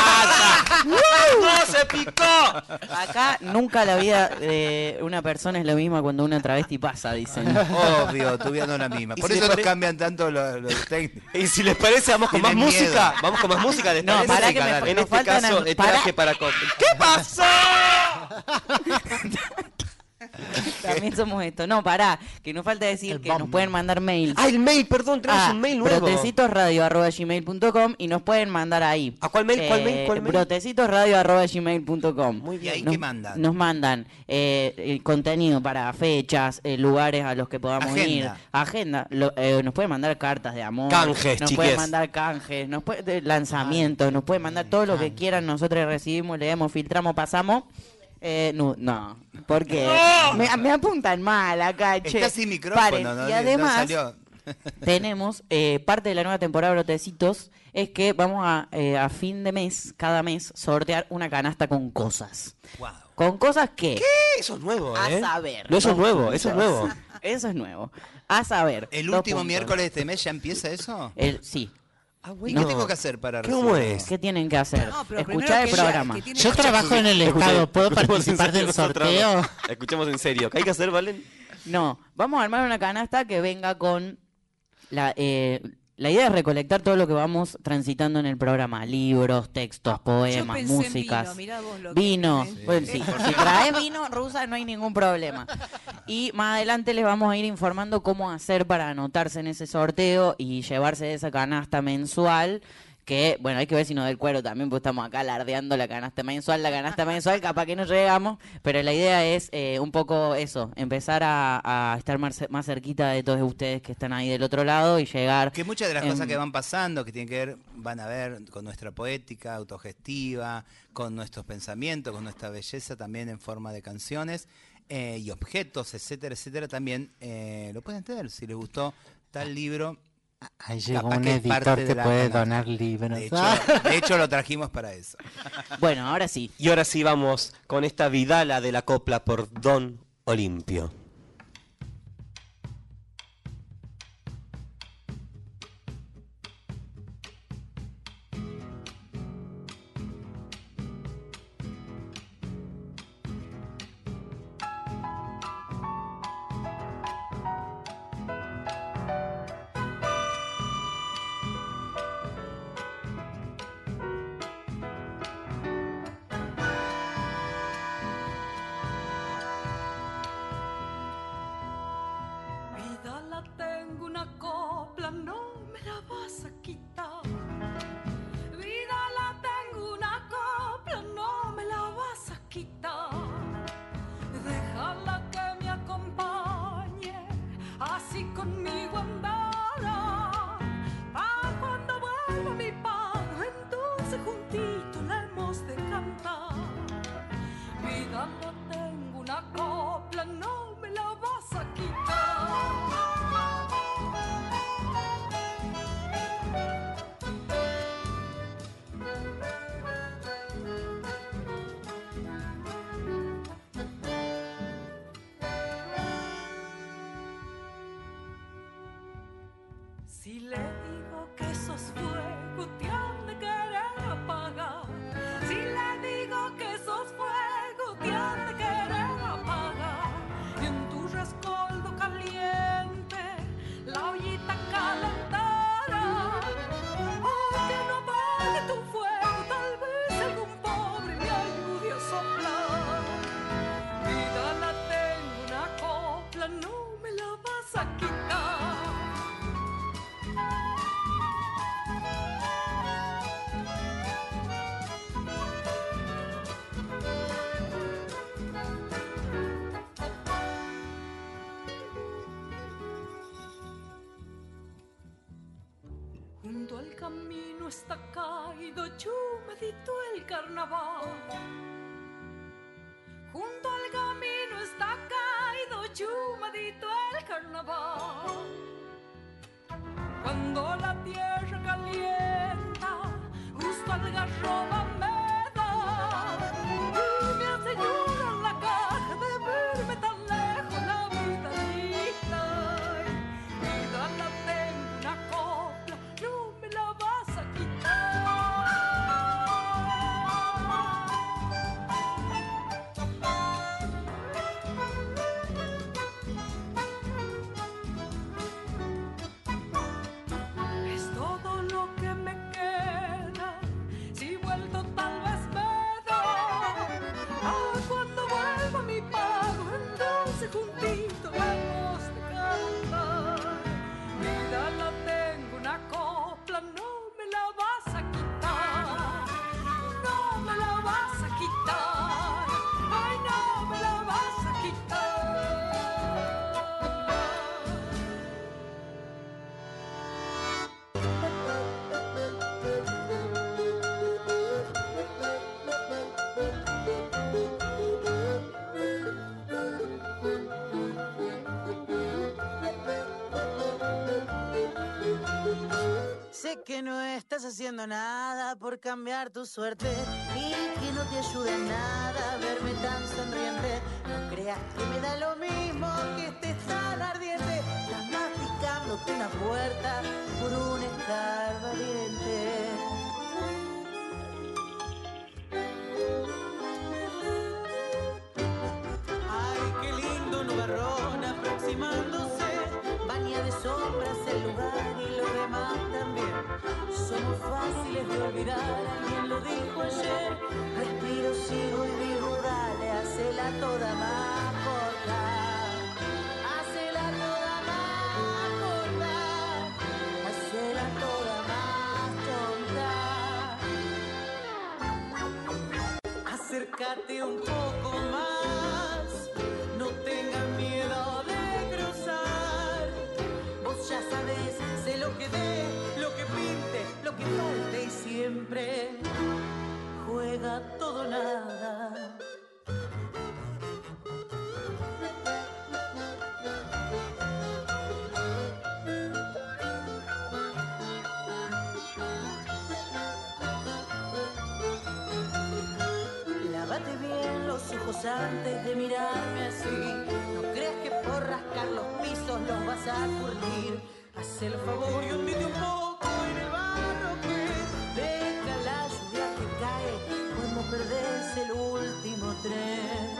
Rusa! ¡No se picó! Acá nunca la vida de una persona es la misma cuando una travesti pasa, dicen. Obvio, tu vida no es la misma. ¿Y Por si eso le nos pare- cambian tanto los, los técnicos. Y si les parece, vamos con más Tienen miedo. música. Vamos con más música. ¿Les No, parece? pará que me- En nos este faltan caso, an- el pará. traje para... co- ¿Qué pasó? También somos esto. No, pará, que nos falta decir El que nos bombo. pueden mandar mail. Ah, el mail, perdón, tenemos a un mail nuevo. brotecitosradio arroba gmail punto com y nos pueden mandar ahí. ¿A cuál mail? ¿Cuál mail? ¿Cuál mail? brotecitosradio arroba gmail punto com. Muy ¿Y ahí Nos- qué mandan? Nos mandan eh, el contenido para fechas, eh, lugares a los que podamos Agenda. ir, agenda, lo- eh, nos pueden mandar cartas de amor, Canjes, nos chiques. pueden mandar canjes, nos puede, de lanzamientos, nos pueden mandar todo lo que quieran, nosotros recibimos, leemos, filtramos, pasamos. Eh, no, no, porque me, me apuntan mal acá, che. Está sin micrófono, Paren. ¿no? Y No además salió. tenemos eh, parte de la nueva temporada de Brotecitos es que vamos a eh, a fin de mes, cada mes, sortear una canasta con cosas. Wow. Con cosas que ¿Qué? Eso es nuevo, a ¿eh? saber. No, eso es dos nuevo, eso es puntos. nuevo. Eso es nuevo. A saber. ¿El dos último puntos. miércoles de este mes ya empieza eso? El, sí. ¿Y bueno. qué tengo que hacer para ¿Cómo recibirlo? es? ¿Qué tienen que hacer? No, pero Escuchar el primero que ella- programa. que tiene Yo que- trabajo en el Estado, ¿puedo participar del sorteo? Escuchemos en serio. ¿Qué hay que hacer, Valen? No, vamos a armar una canasta que venga con la eh, la idea es recolectar todo lo que vamos transitando en el programa, libros, textos, poemas, pensé en músicas. vino, mirá vos lo que- Vino, Sí. bueno, sí, si traes vino rusa no hay ningún problema. Y más adelante les vamos a ir informando cómo hacer para anotarse en ese sorteo y llevarse esa canasta mensual. Que, bueno, hay que ver si nos da el cuero también, porque estamos acá alardeando la canasta mensual, la canasta mensual, capaz que no llegamos, pero la idea es eh, un poco eso, empezar a, a estar más, más cerquita de todos ustedes que están ahí del otro lado y llegar... Que muchas de las en- cosas que van pasando, que tienen que ver, van a ver con nuestra poética, autogestiva, con nuestros pensamientos, con nuestra belleza también en forma de canciones eh, y objetos, etcétera, etcétera, también eh, lo pueden tener. Si les gustó tal libro... Ahí llegó capaz un que es parte editor de que la puede canasta. donar libros. De hecho, de hecho, lo trajimos para eso. Bueno, ahora sí. Y ahora sí vamos con esta Vidala de la copla por Don Olimpio. Vidala, tengo una copla, no me la vas a quitar. Vidala, tengo una copla, no me la vas a quitar. Déjala que me acompañe, así conmigo andará. Pa' cuando vuelva mi padre, entonces juntito la hemos de cantar. Vidala, tengo una copla, no me la vas a quitar. Si le digo que sos fuego, te han de querer apagar. Si le digo que sos fuego, te han de querer apagar. Y en tu rescoldo caliente, la ollita calentará. Oh, que no apague tu fuego, tal vez algún pobre me ayude a soplar. Vidala, tengo una copla, no me la vas a quitar. Junto al camino está caído chumadito el carnaval. Junto al camino está caído chumadito el carnaval. Cuando la tierra calienta, justo algarroba me da. Y me hace llorar la caja de verme tan lejos la vidalita. Vidala, tengo una copla, no me la vas a quitar. Es todo lo que me queda, si vuelto tal vez me da. Ah, cuando vuelva mi pago, entonces juntito hemos de cantar. Vidala, tengo una copla, no me la vas a quitar. No me la vas a quitar. Ay, no me la vas a quitar. Sé que no estás haciendo nada por cambiar tu suerte y que no te ayuda en nada verme tan sonriente. No creas que me da lo mismo que estés tan ardiente. Estás masticándote una puerta por un escar valiente. acércate un poco más, no tengas miedo de cruzar. Vos ya sabés, sé lo que dé, lo que pinte, lo que falte y siempre juega todo o nada. Lávate bien los ojos antes de mirarme así. No creas que por rascar los pisos los vas a curtir. Haz el favor y hundite un poco en el barro que deja la lluvia que cae cuando perdés el último tren.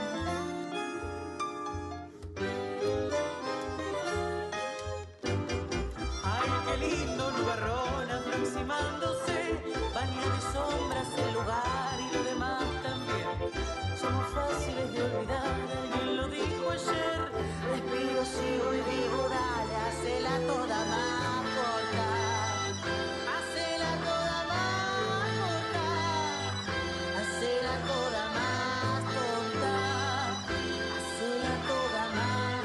Ay, qué lindo nubarrón aproximándose, baña de sombras el lugar y lo demás también. Somos fáciles de olvidar, alguien lo dijo ayer. Respiro, sigo y digo, dale, hacela toda más corta. Hacela toda más corta. Hacela toda más tonta. Hacela toda más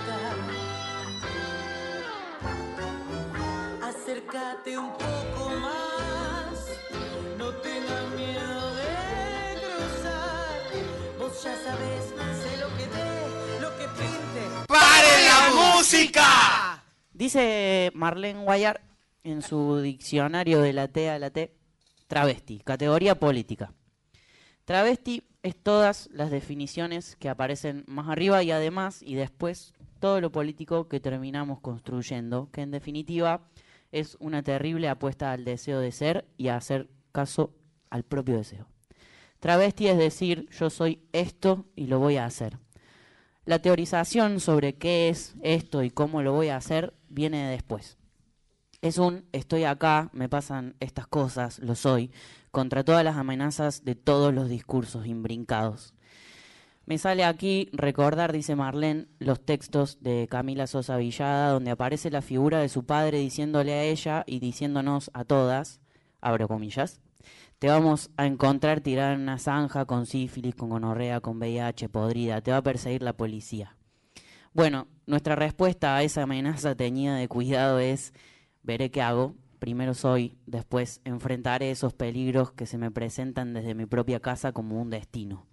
tonta. Acércate un poco más, no tengas miedo de cruzar. Vos ya sabés, sé lo que dé, lo que pinte. ¡Pare la música! Dice Marlene Guayar en su diccionario de la T a la T, travesti, categoría política. Travesti es todas las definiciones que aparecen más arriba y además y después todo lo político que terminamos construyendo, que en definitiva es una terrible apuesta al deseo de ser y a hacer caso al propio deseo. Travesti es decir, yo soy esto y lo voy a hacer. La teorización sobre qué es esto y cómo lo voy a hacer viene después. Es un estoy acá, me pasan estas cosas, lo soy, contra todas las amenazas de todos los discursos imbrincados. Me sale aquí recordar, dice Marlene, los textos de Camila Sosa Villada, donde aparece la figura de su padre diciéndole a ella y diciéndonos a todas, abro comillas, te vamos a encontrar tirada en una zanja con sífilis, con gonorrea, con V I H, podrida, te va a perseguir la policía. Bueno, nuestra respuesta a esa amenaza teñida de cuidado es, veré qué hago, primero soy, después enfrentaré esos peligros que se me presentan desde mi propia casa como un destino.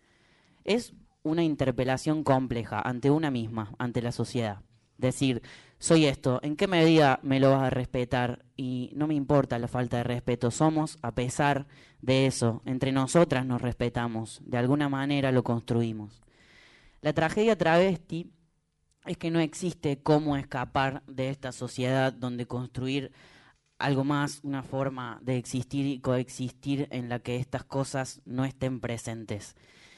Es una interpelación compleja ante una misma, ante la sociedad. Decir, soy esto, ¿en qué medida me lo vas a respetar? Y no me importa la falta de respeto, somos, a pesar de eso, entre nosotras nos respetamos, de alguna manera lo construimos. La tragedia travesti es que no existe cómo escapar de esta sociedad donde construir algo más, una forma de existir y coexistir en la que estas cosas no estén presentes.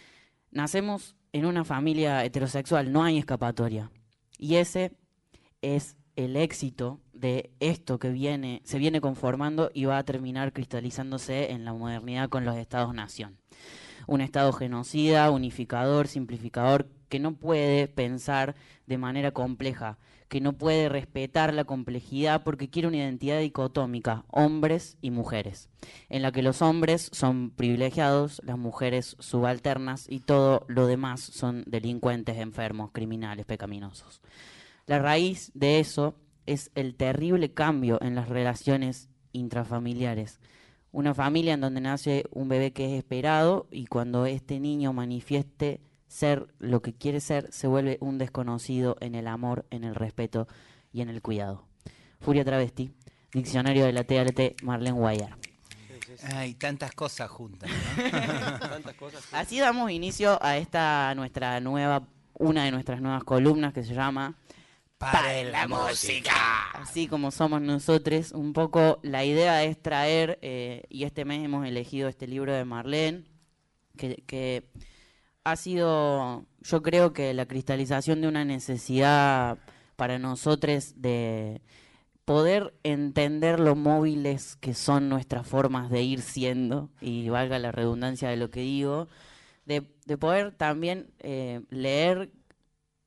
Nacemos en una familia heterosexual, no hay escapatoria. Y ese es el éxito de esto que viene, se viene conformando y va a terminar cristalizándose en la modernidad con los estados-nación. Un estado genocida, unificador, simplificador, que no puede pensar de manera compleja, que no puede respetar la complejidad porque quiere una identidad dicotómica, hombres y mujeres, en la que los hombres son privilegiados, las mujeres subalternas y todo lo demás son delincuentes, enfermos, criminales, pecaminosos. La raíz de eso es el terrible cambio en las relaciones intrafamiliares. Una familia en donde nace un bebé que es esperado y cuando este niño manifieste ser lo que quiere ser, se vuelve un desconocido en el amor, en el respeto y en el cuidado. Furia travesti, diccionario de la T L T, Marlene Guayar. Hay tantas cosas juntas, ¿no? Tantas cosas juntas. Así damos inicio a esta nuestra nueva, una de nuestras nuevas columnas que se llama ¡Pare la música! Así como somos nosotros, un poco la idea es traer, eh, y este mes hemos elegido este libro de Marlene, que, que ha sido, yo creo que la cristalización de una necesidad para nosotros de poder entender lo móviles que son nuestras formas de ir siendo, y valga la redundancia de lo que digo, de, de poder también eh, leer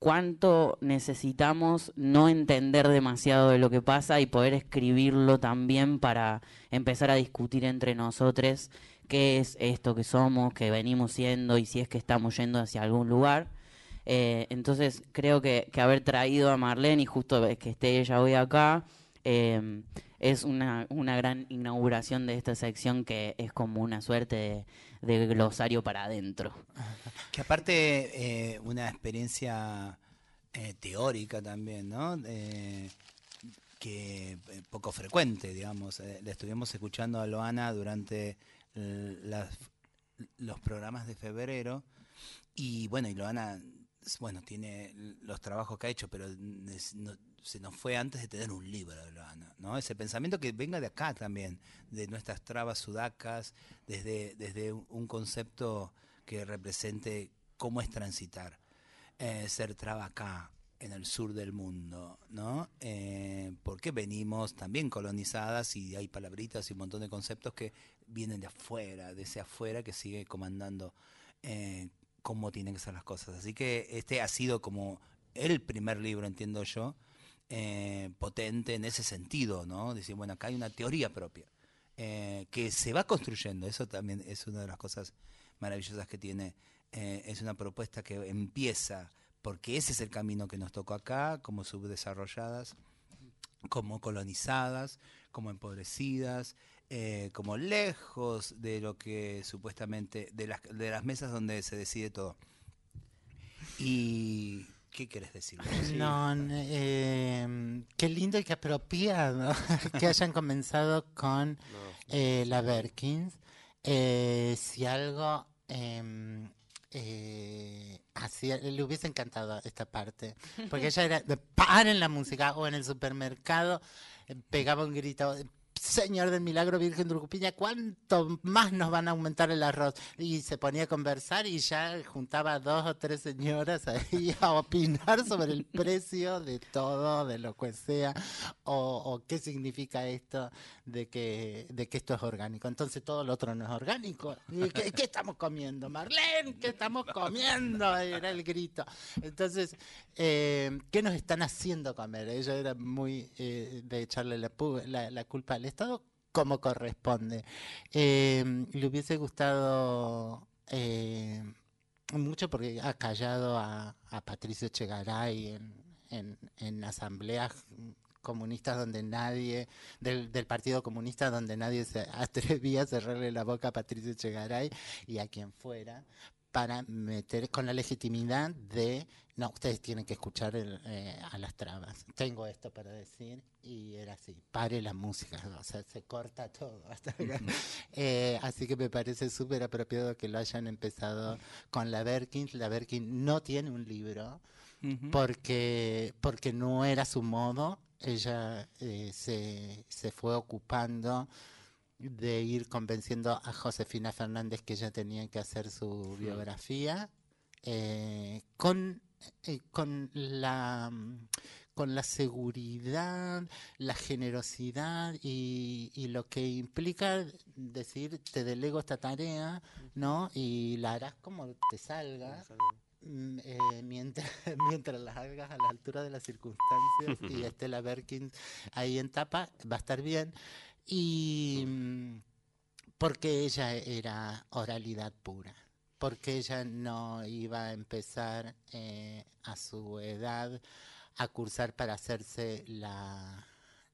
cuánto necesitamos no entender demasiado de lo que pasa y poder escribirlo también para empezar a discutir entre nosotros qué es esto que somos, que venimos siendo y si es que estamos yendo hacia algún lugar. Eh, entonces creo que, que haber traído a Marlene y justo que esté ella hoy acá eh, es una, una gran inauguración de esta sección que es como una suerte de, de glosario para adentro. Que aparte eh, una experiencia eh, teórica también, ¿no? Eh, que eh, poco frecuente, digamos. Eh, la estuvimos escuchando a Loana durante eh, las, los programas de febrero y bueno, y Loana, bueno, tiene los trabajos que ha hecho, pero es, no, se nos fue antes de tener un libro de Loana, ¿no? Ese pensamiento que venga de acá también, de nuestras trabas sudacas, desde, desde un concepto que represente cómo es transitar, eh, ser traba acá, en el sur del mundo, ¿no? Eh, porque venimos también colonizadas y hay palabritas y un montón de conceptos que vienen de afuera, de ese afuera que sigue comandando eh, cómo tienen que ser las cosas. Así que este ha sido como el primer libro, entiendo yo, eh, potente en ese sentido, ¿no? Decir, bueno, acá hay una teoría propia eh, que se va construyendo. Eso también es una de las cosas maravillosas que tiene. Eh, es una propuesta que empieza, porque ese es el camino que nos tocó acá, como subdesarrolladas, como colonizadas, como empobrecidas, eh, como lejos de lo que supuestamente, de las, de las mesas donde se decide todo. Y ¿qué querés decir? Sí. No, eh, qué lindo y qué apropiado que hayan comenzado con no, eh, la Berkins. Eh, si algo eh, eh, así, le hubiese encantado esta parte, porque ella era de par en la música o en el supermercado, eh, pegaba un grito. Señor del Milagro, Virgen de Urcupiña, ¿cuánto más nos van a aumentar el arroz? Y se ponía a conversar y ya juntaba dos o tres señoras ahí a opinar sobre el precio de todo, de lo que sea, o, o qué significa esto de que, de que esto es orgánico. Entonces todo lo otro no es orgánico. ¿Qué, qué estamos comiendo, Marlene? ¿Qué estamos comiendo? Era el grito. Entonces, eh, ¿qué nos están haciendo comer? Ella era muy eh, de echarle la, la, la culpa al Estado como corresponde. Eh, le hubiese gustado eh, mucho porque ha callado a, a Patricio Echegaray en, en, en asambleas comunistas donde nadie, del, del Partido Comunista, donde nadie se atrevía a cerrarle la boca a Patricio Echegaray y a quien fuera, para meter con la legitimidad de, no, ustedes tienen que escuchar el, eh, a las trabas. Tengo esto para decir, y era así, pare la música, o sea, se corta todo. Hasta acá. eh, así que me parece súper apropiado que lo hayan empezado con la Berkins. La Berkins no tiene un libro, uh-huh. porque, porque no era su modo. Ella eh, se, se fue ocupando de ir convenciendo a Josefina Fernández que ella tenía que hacer su biografía eh, con, eh, con la con la seguridad, la generosidad y, y lo que implica decir, te delego esta tarea, ¿no? Y la harás como te salga. Eh, mientras, mientras las hagas a la altura de las circunstancias y esté la Berkins ahí en tapa, va a estar bien. Y porque ella era oralidad pura, porque ella no iba a empezar eh, a su edad a cursar para hacerse la,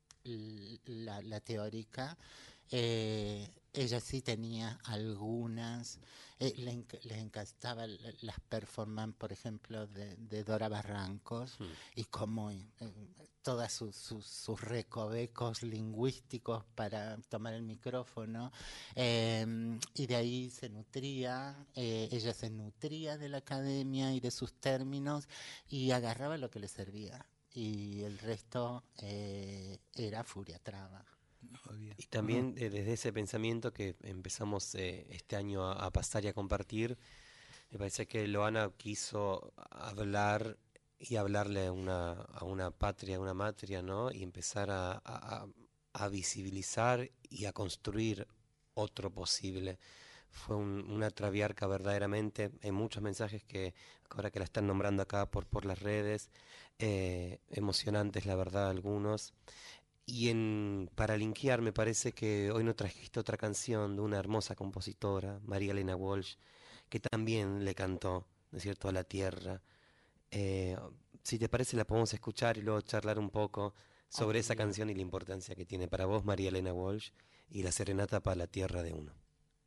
la, la teórica. Eh, ella sí tenía algunas, eh, le, enc- le encantaba las performances, por ejemplo, de, de Dora Barrancos, sí. Y cómo eh, todos sus, sus, sus recovecos lingüísticos para tomar el micrófono, eh, y de ahí se nutría, eh, ella se nutría de la academia y de sus términos y agarraba lo que le servía, y el resto eh, era furia traba. Y también eh, desde ese pensamiento que empezamos eh, este año a, a pasar y a compartir, me parece que Loana quiso hablar y hablarle a una, a una patria, a una matria, ¿no? Y empezar a, a, a visibilizar y a construir otro posible. fue un- una traviarca verdaderamente. Hay muchos mensajes que ahora que la están nombrando acá por, por las redes, eh, emocionantes la verdad algunos. Y en, para linkear me parece que hoy nos trajiste otra canción de una hermosa compositora, María Elena Walsh, que también le cantó, ¿no es cierto?, a la tierra. Eh, si te parece la podemos escuchar y luego charlar un poco sobre esa canción y la importancia que tiene para vos, María Elena Walsh, y la serenata para la tierra de uno.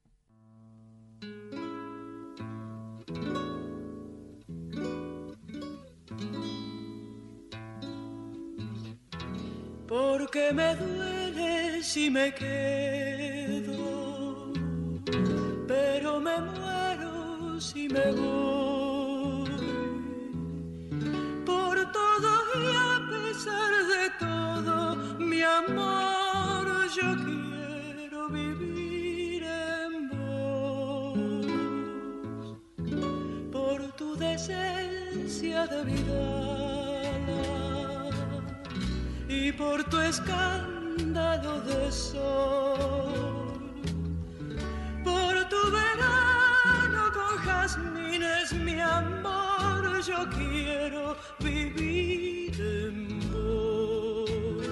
Porque me duele si me quedo, pero me muero si me voy. Por todo y a pesar de todo, mi amor, yo quiero vivir en vos. Por tu decencia de vida y por tu escándalo de sol, por tu verano con jazmines, mi amor, yo quiero vivir en vos.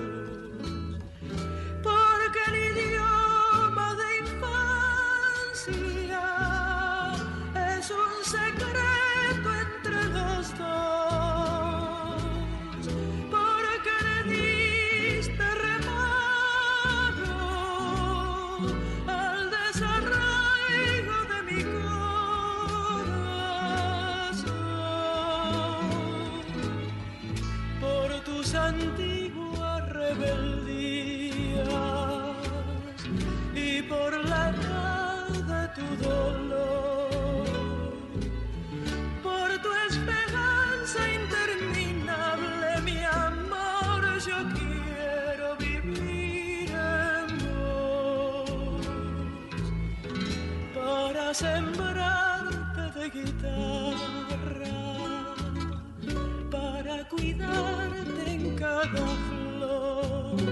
Porque el idioma de infancia es un secreto entre los dos. Antiguas rebeldías y por la edad de tu dolor, por tu esperanza interminable, mi amor, yo quiero vivir en vos para sembrarte de guitarra, para cuidarte en cada flor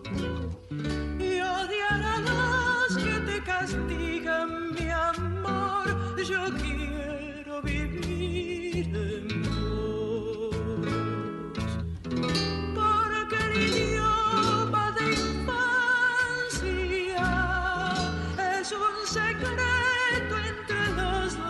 y odiar a los que te castigan, mi amor, yo quiero vivir en vos. Porque el idioma de infancia es un secreto entre los dos.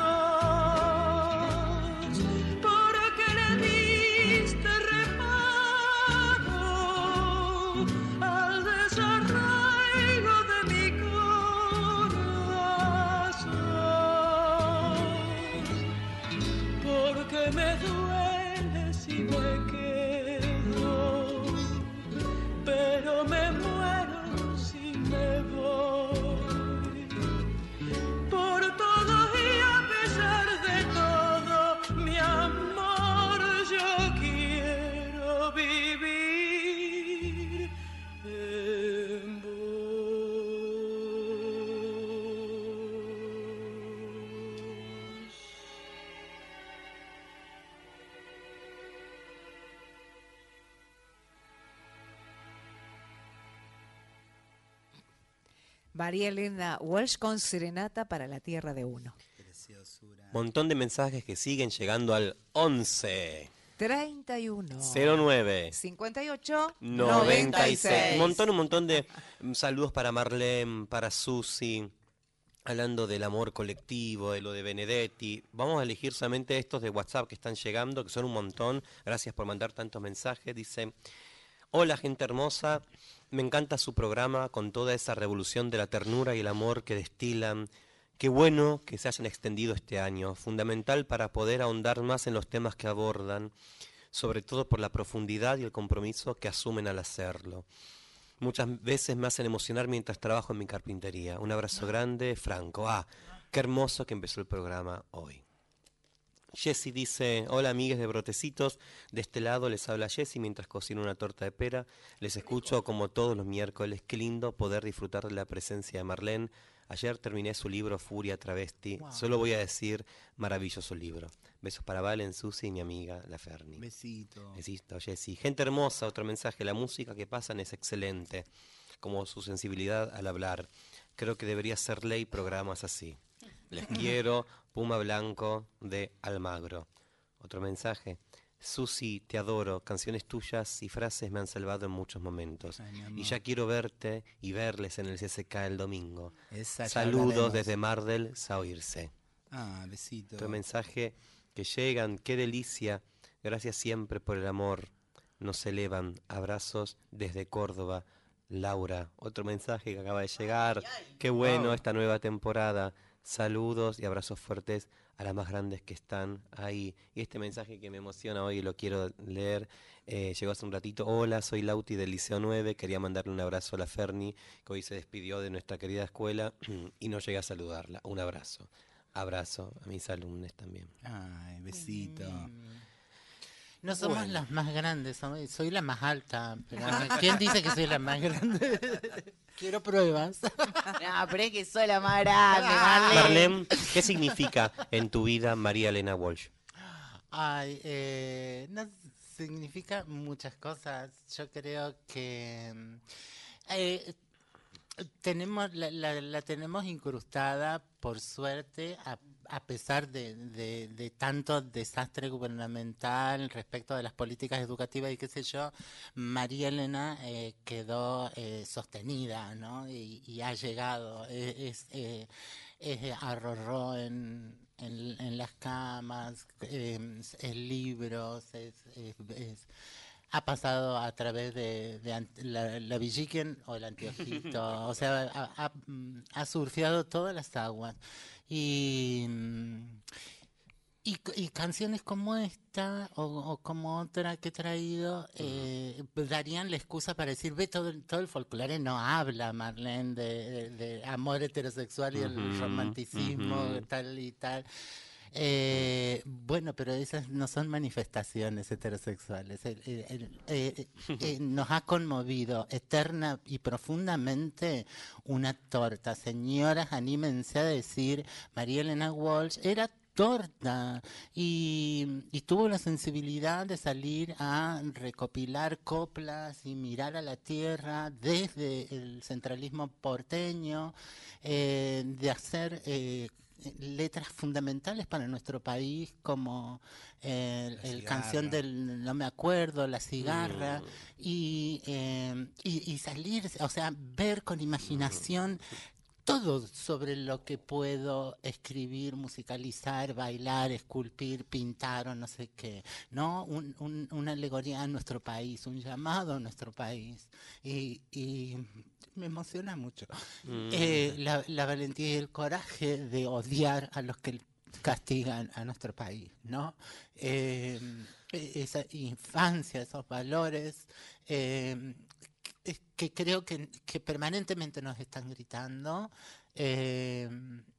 Me duele si me quedo, pero me muero si me voy. Por todo y a pesar de todo, mi amor, yo quiero vivir en vos. María Elena Walsh con Serenata para la Tierra de Uno. Montón de mensajes que siguen llegando al once treinta y uno cero nueve cincuenta y ocho noventa y seis. Un montón, un montón de mm, saludos para Marlene, para Susi, hablando del amor colectivo, de lo de Benedetti. Vamos a elegir solamente estos de WhatsApp que están llegando, que son un montón. Gracias por mandar tantos mensajes. Dice: hola gente hermosa, me encanta su programa con toda esa revolución de la ternura y el amor que destilan. Qué bueno que se hayan extendido este año, fundamental para poder ahondar más en los temas que abordan, sobre todo por la profundidad y el compromiso que asumen al hacerlo. Muchas veces me hacen emocionar mientras trabajo en mi carpintería. Un abrazo grande, Franco. Ah, qué hermoso que empezó el programa hoy. Jessy dice: hola amigues de Brotecitos, de este lado les habla Jessy mientras cocino una torta de pera. Les escucho como todos los miércoles. Qué lindo poder disfrutar de la presencia de Marlene. Ayer terminé su libro Furia Travesti. Wow. Solo voy a decir, maravilloso libro. Besos para Valen, Susi y mi amiga, la Ferni. Besito. Besito, Jessy. Gente hermosa, otro mensaje. La música que pasan es excelente, como su sensibilidad al hablar. Creo que debería ser ley programas así. Les quiero, Puma Blanco de Almagro. Otro mensaje. Susi, te adoro, canciones tuyas y frases me han salvado en muchos momentos. Ay, mi amor. Y ya quiero verte y verles en el C C K el domingo. Esa ya Saludos hablaremos. desde Mar del Saoirse. Ah, besito. Otro mensaje que llegan, qué delicia, gracias siempre por el amor. Nos elevan, abrazos desde Córdoba. Laura, otro mensaje que acaba de llegar. Qué bueno Wow. esta nueva temporada. Saludos y abrazos fuertes a las más grandes que están ahí. Y este mensaje que me emociona hoy y lo quiero leer, eh, llegó hace un ratito. Hola, soy Lauti del Liceo nueve, quería mandarle un abrazo a la Ferni, que hoy se despidió de nuestra querida escuela y no llegué a saludarla. Un abrazo. Abrazo a mis alumnos también. Ay, besito. No somos Bueno. las más grandes, somos- soy la más alta. Pero ¿quién dice que soy la más grande? Quiero pruebas. No, pero es que soy la más grande, Marlene. Marlene, ¿qué significa en tu vida María Elena Walsh? Ay, eh, no significa muchas cosas. Yo creo que mm, eh, tenemos la, la, la tenemos incrustada, por suerte, a, a pesar de, de, de tanto desastre gubernamental respecto de las políticas educativas y qué sé yo. María Elena eh, quedó eh, sostenida, ¿no? Y, y ha llegado, es, es, eh, es arrorró en, en, en las camas, eh, es libros, es, es, es- ha pasado a través de, de ant- la, la Villiquen o el Anteojito, o sea, ha, ha, mm, ha surfeado todas las aguas. Y, mm, y, c- y canciones como esta o, o como otra que he traído eh, darían la excusa para decir, ve, todo, el- todo el folclore no habla, Marlene, de, de- de amor heterosexual y el Ujú, romanticismo, ujú. tal y tal. Eh, bueno, pero esas no son manifestaciones heterosexuales. El- el- el- eh, eh, nos ha conmovido eterna y profundamente una torta. Señoras, anímense a decir, María Elena Walsh era torta y, y tuvo la sensibilidad de salir a recopilar coplas y mirar a la tierra desde el centralismo porteño, eh, de hacer eh, letras fundamentales para nuestro país como eh, La el canción cigarra. del no me acuerdo, La cigarra, y, eh, y, y salir, o sea, ver con imaginación todo sobre lo que puedo escribir, musicalizar, bailar, esculpir, pintar o no sé qué, ¿no? Un, un- una alegoría a nuestro país, un llamado a nuestro país. Y, y me emociona mucho. Mm. Eh, la, la valentía y el coraje de odiar a los que castigan a nuestro país, ¿no? Eh, esa infancia, esos valores, eh, que, que creo que, que permanentemente nos están gritando. eh,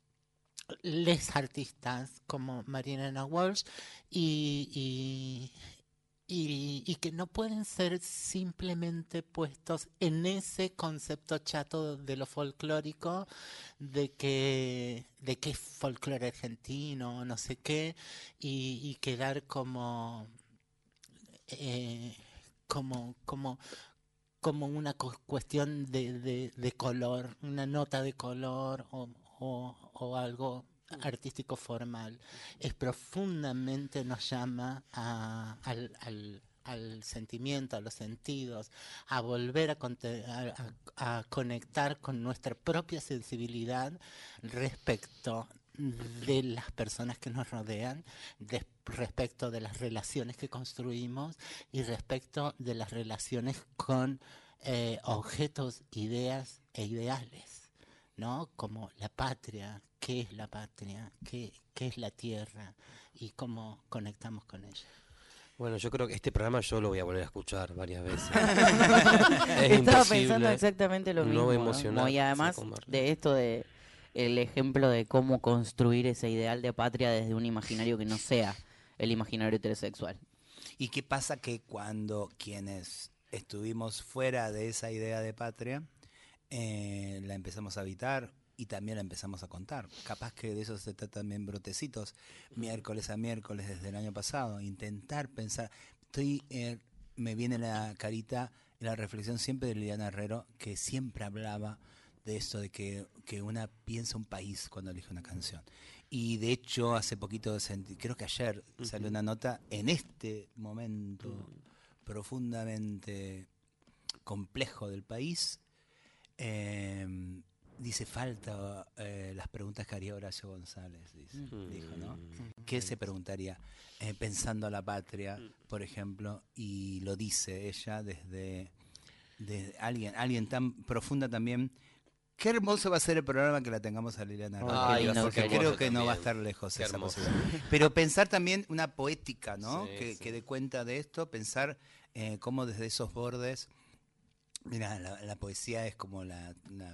les artistas como Mariana Walsh y, y, y, y que no pueden ser simplemente puestos en ese concepto chato de lo folclórico, de que, de que es folclore argentino, no sé qué, y, y quedar como, eh, como, como, como una cu- cuestión de, de, de color, una nota de color o, o, o algo artístico formal. Es profundamente nos llama a- al, al, al sentimiento, a los sentidos, a volver a, conte- a, a- a conectar con nuestra propia sensibilidad respecto de las personas que nos rodean, de- respecto de las relaciones que construimos y respecto de las relaciones con eh, objetos, ideas e ideales, ¿no? Como la patria, qué es la patria, qué, qué es la tierra y cómo conectamos con ella. Bueno, yo creo que este programa yo lo voy a volver a escuchar varias veces. Es Estaba imposible pensando exactamente lo no mismo, ¿no? emocionarse Como, y además con Marlene. de esto de el ejemplo de cómo construir ese ideal de patria desde un imaginario que no sea el imaginario heterosexual. ¿Y qué pasa que cuando quienes estuvimos fuera de esa idea de patria, eh, la empezamos a habitar y también la empezamos a contar? Capaz que de eso se trata también Brotecitos, miércoles a miércoles desde el año pasado, intentar pensar. Estoy, eh, me viene la carita y la reflexión siempre de Liliana Herrero, que siempre hablaba de eso de que, que una piensa un país cuando elige una canción. Y de hecho, hace poquito, sentí, creo que ayer uh-huh. salió una nota en este momento uh-huh. profundamente complejo del país. Eh, dice, falta eh, las preguntas que haría Horacio González, dice, uh-huh. dijo, ¿no? Uh-huh. ¿Qué se preguntaría? Eh, pensando a la patria, uh-huh. por ejemplo, y lo dice ella desde, desde alguien, alguien tan profunda también. Qué hermoso va a ser el programa que la tengamos a Liliana Roca, Ay, no, porque creo que también. No va a estar lejos qué esa hermoso. Posibilidad. Pero pensar también una poética, ¿no? Sí, que, sí. que dé cuenta de esto, pensar eh, cómo desde esos bordes, mira, la, la poesía es como la, la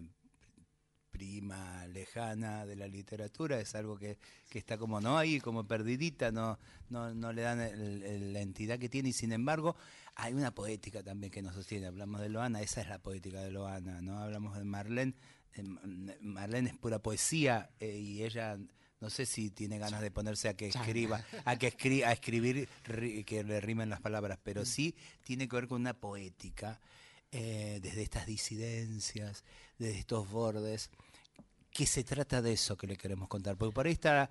prima lejana de la literatura, es algo que, que está como no ahí, como perdidita, no, no, no le dan el, el, la entidad que tiene, y sin embargo hay una poética también que nos sostiene. Hablamos de Loana, esa es la poética de Loana, ¿no? Hablamos de Marlene, eh, Marlene es pura poesía, eh, y ella no sé si tiene ganas de ponerse a que escriba, a que escri a escribir ri que le rimen las palabras, pero sí tiene que ver con una poética eh, desde estas disidencias, desde estos bordes, que se trata de eso que le queremos contar, porque por ahí está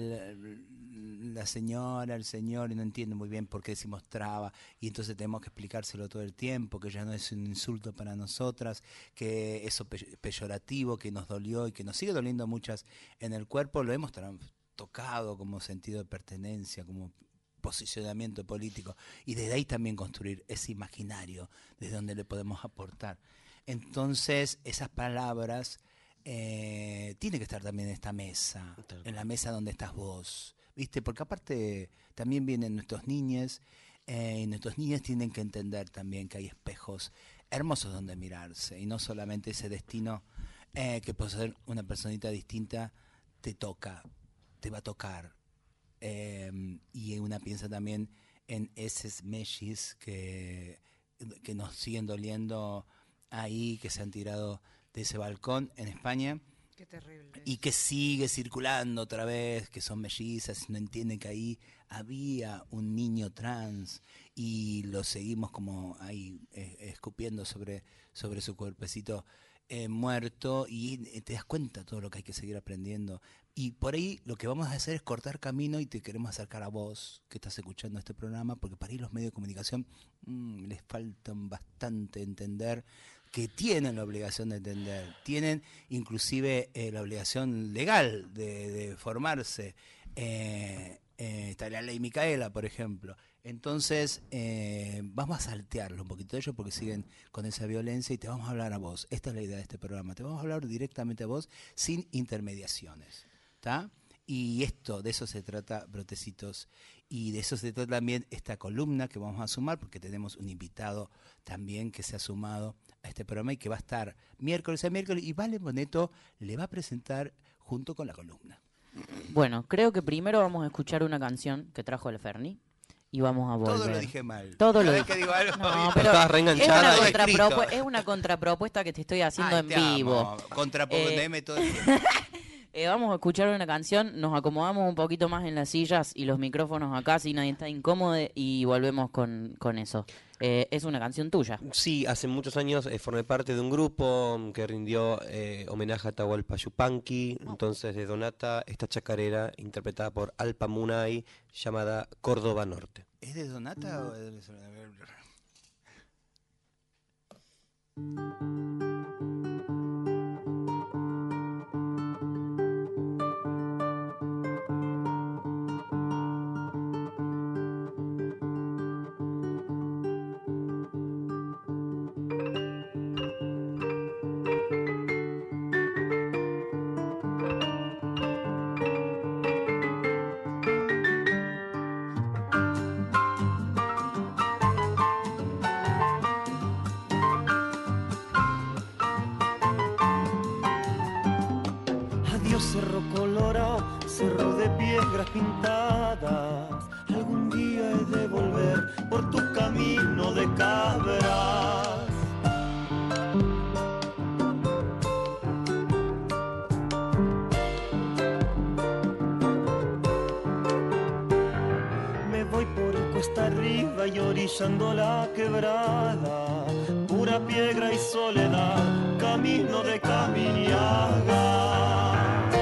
el, la señora, el señor, y no entiende muy bien por qué decimos traba, y entonces tenemos que explicárselo todo el tiempo, que ya no es un insulto para nosotras, que eso pe peyorativo, que nos dolió y que nos sigue doliendo muchas en el cuerpo, lo hemos tocado como sentido de pertenencia, como posicionamiento político, y desde ahí también construir ese imaginario desde donde le podemos aportar. Entonces, esas palabras Eh, tiene que estar también en esta mesa, en la mesa donde estás vos, ¿viste? Porque aparte también vienen nuestros niños, eh, y nuestros niños tienen que entender también que hay espejos hermosos donde mirarse, y no solamente ese destino eh, que por ser una personita distinta te toca, te va a tocar. Eh, y una piensa también en esos mellis que, que nos siguen doliendo ahí, que se han tirado de ese balcón en España. Qué terrible. Y que sigue circulando otra vez, que son mellizas, no entienden que ahí había un niño trans y lo seguimos como ahí eh, escupiendo sobre, sobre su cuerpecito eh, muerto, y te das cuenta todo lo que hay que seguir aprendiendo. Y por ahí lo que vamos a hacer es cortar camino, y te queremos acercar a vos que estás escuchando este programa, porque para ahí los medios de comunicación mmm, les faltan bastante entender que tienen la obligación de entender, tienen inclusive eh, la obligación legal de, de formarse. Eh, eh, está la ley Micaela, por ejemplo. Entonces, eh, vamos a saltearlo un poquito de ellos porque siguen con esa violencia, y te vamos a hablar a vos. Esta es la idea de este programa, te vamos a hablar directamente a vos sin intermediaciones, ¿está? Y esto, de eso se trata Brotecitos, y de eso se trata también esta columna que vamos a sumar, porque tenemos un invitado también que se ha sumado a este programa y que va a estar miércoles a miércoles, y Valen Boneto le va a presentar junto con la columna. Bueno, creo que primero vamos a escuchar una canción que trajo el Ferni y vamos a volver. Todo lo dije mal. Todo lo dije. Digo algo, no, pero estás reenganchada. Es una, contrapropu es una contrapropuesta que te estoy haciendo Ay, en te vivo. Amo. Contraponeme eh, todo el tiempo. Eh, vamos a escuchar una canción, nos acomodamos un poquito más en las sillas y los micrófonos acá, si nadie está incómodo, y volvemos con, con eso. Eh, es una canción tuya. Sí, hace muchos años eh, formé parte de un grupo que rindió eh, homenaje a Atahualpa Yupanqui, entonces de Donata, esta chacarera interpretada por Alpa Munay, llamada Córdoba Norte. ¿Es de Donata o es de... Cerro colorado, cerro de piedras pintadas, algún día he de volver por tu camino de cabras. Me voy por cuesta arriba y orillando la quebrada, por pura piedra y soledad, camino de Caminiaga.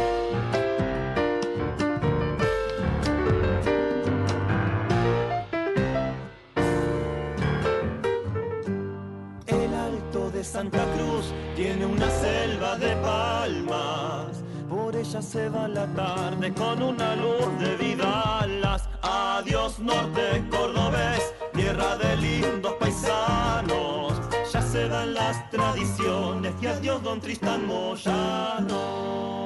El Alto de Santa Cruz tiene una selva de palmas, por ella se va la tarde con una luz de vidalas. Adiós norte cordobés, tierra de lindos paisanos, ya se dan las tradiciones y adiós don Tristán Moyano.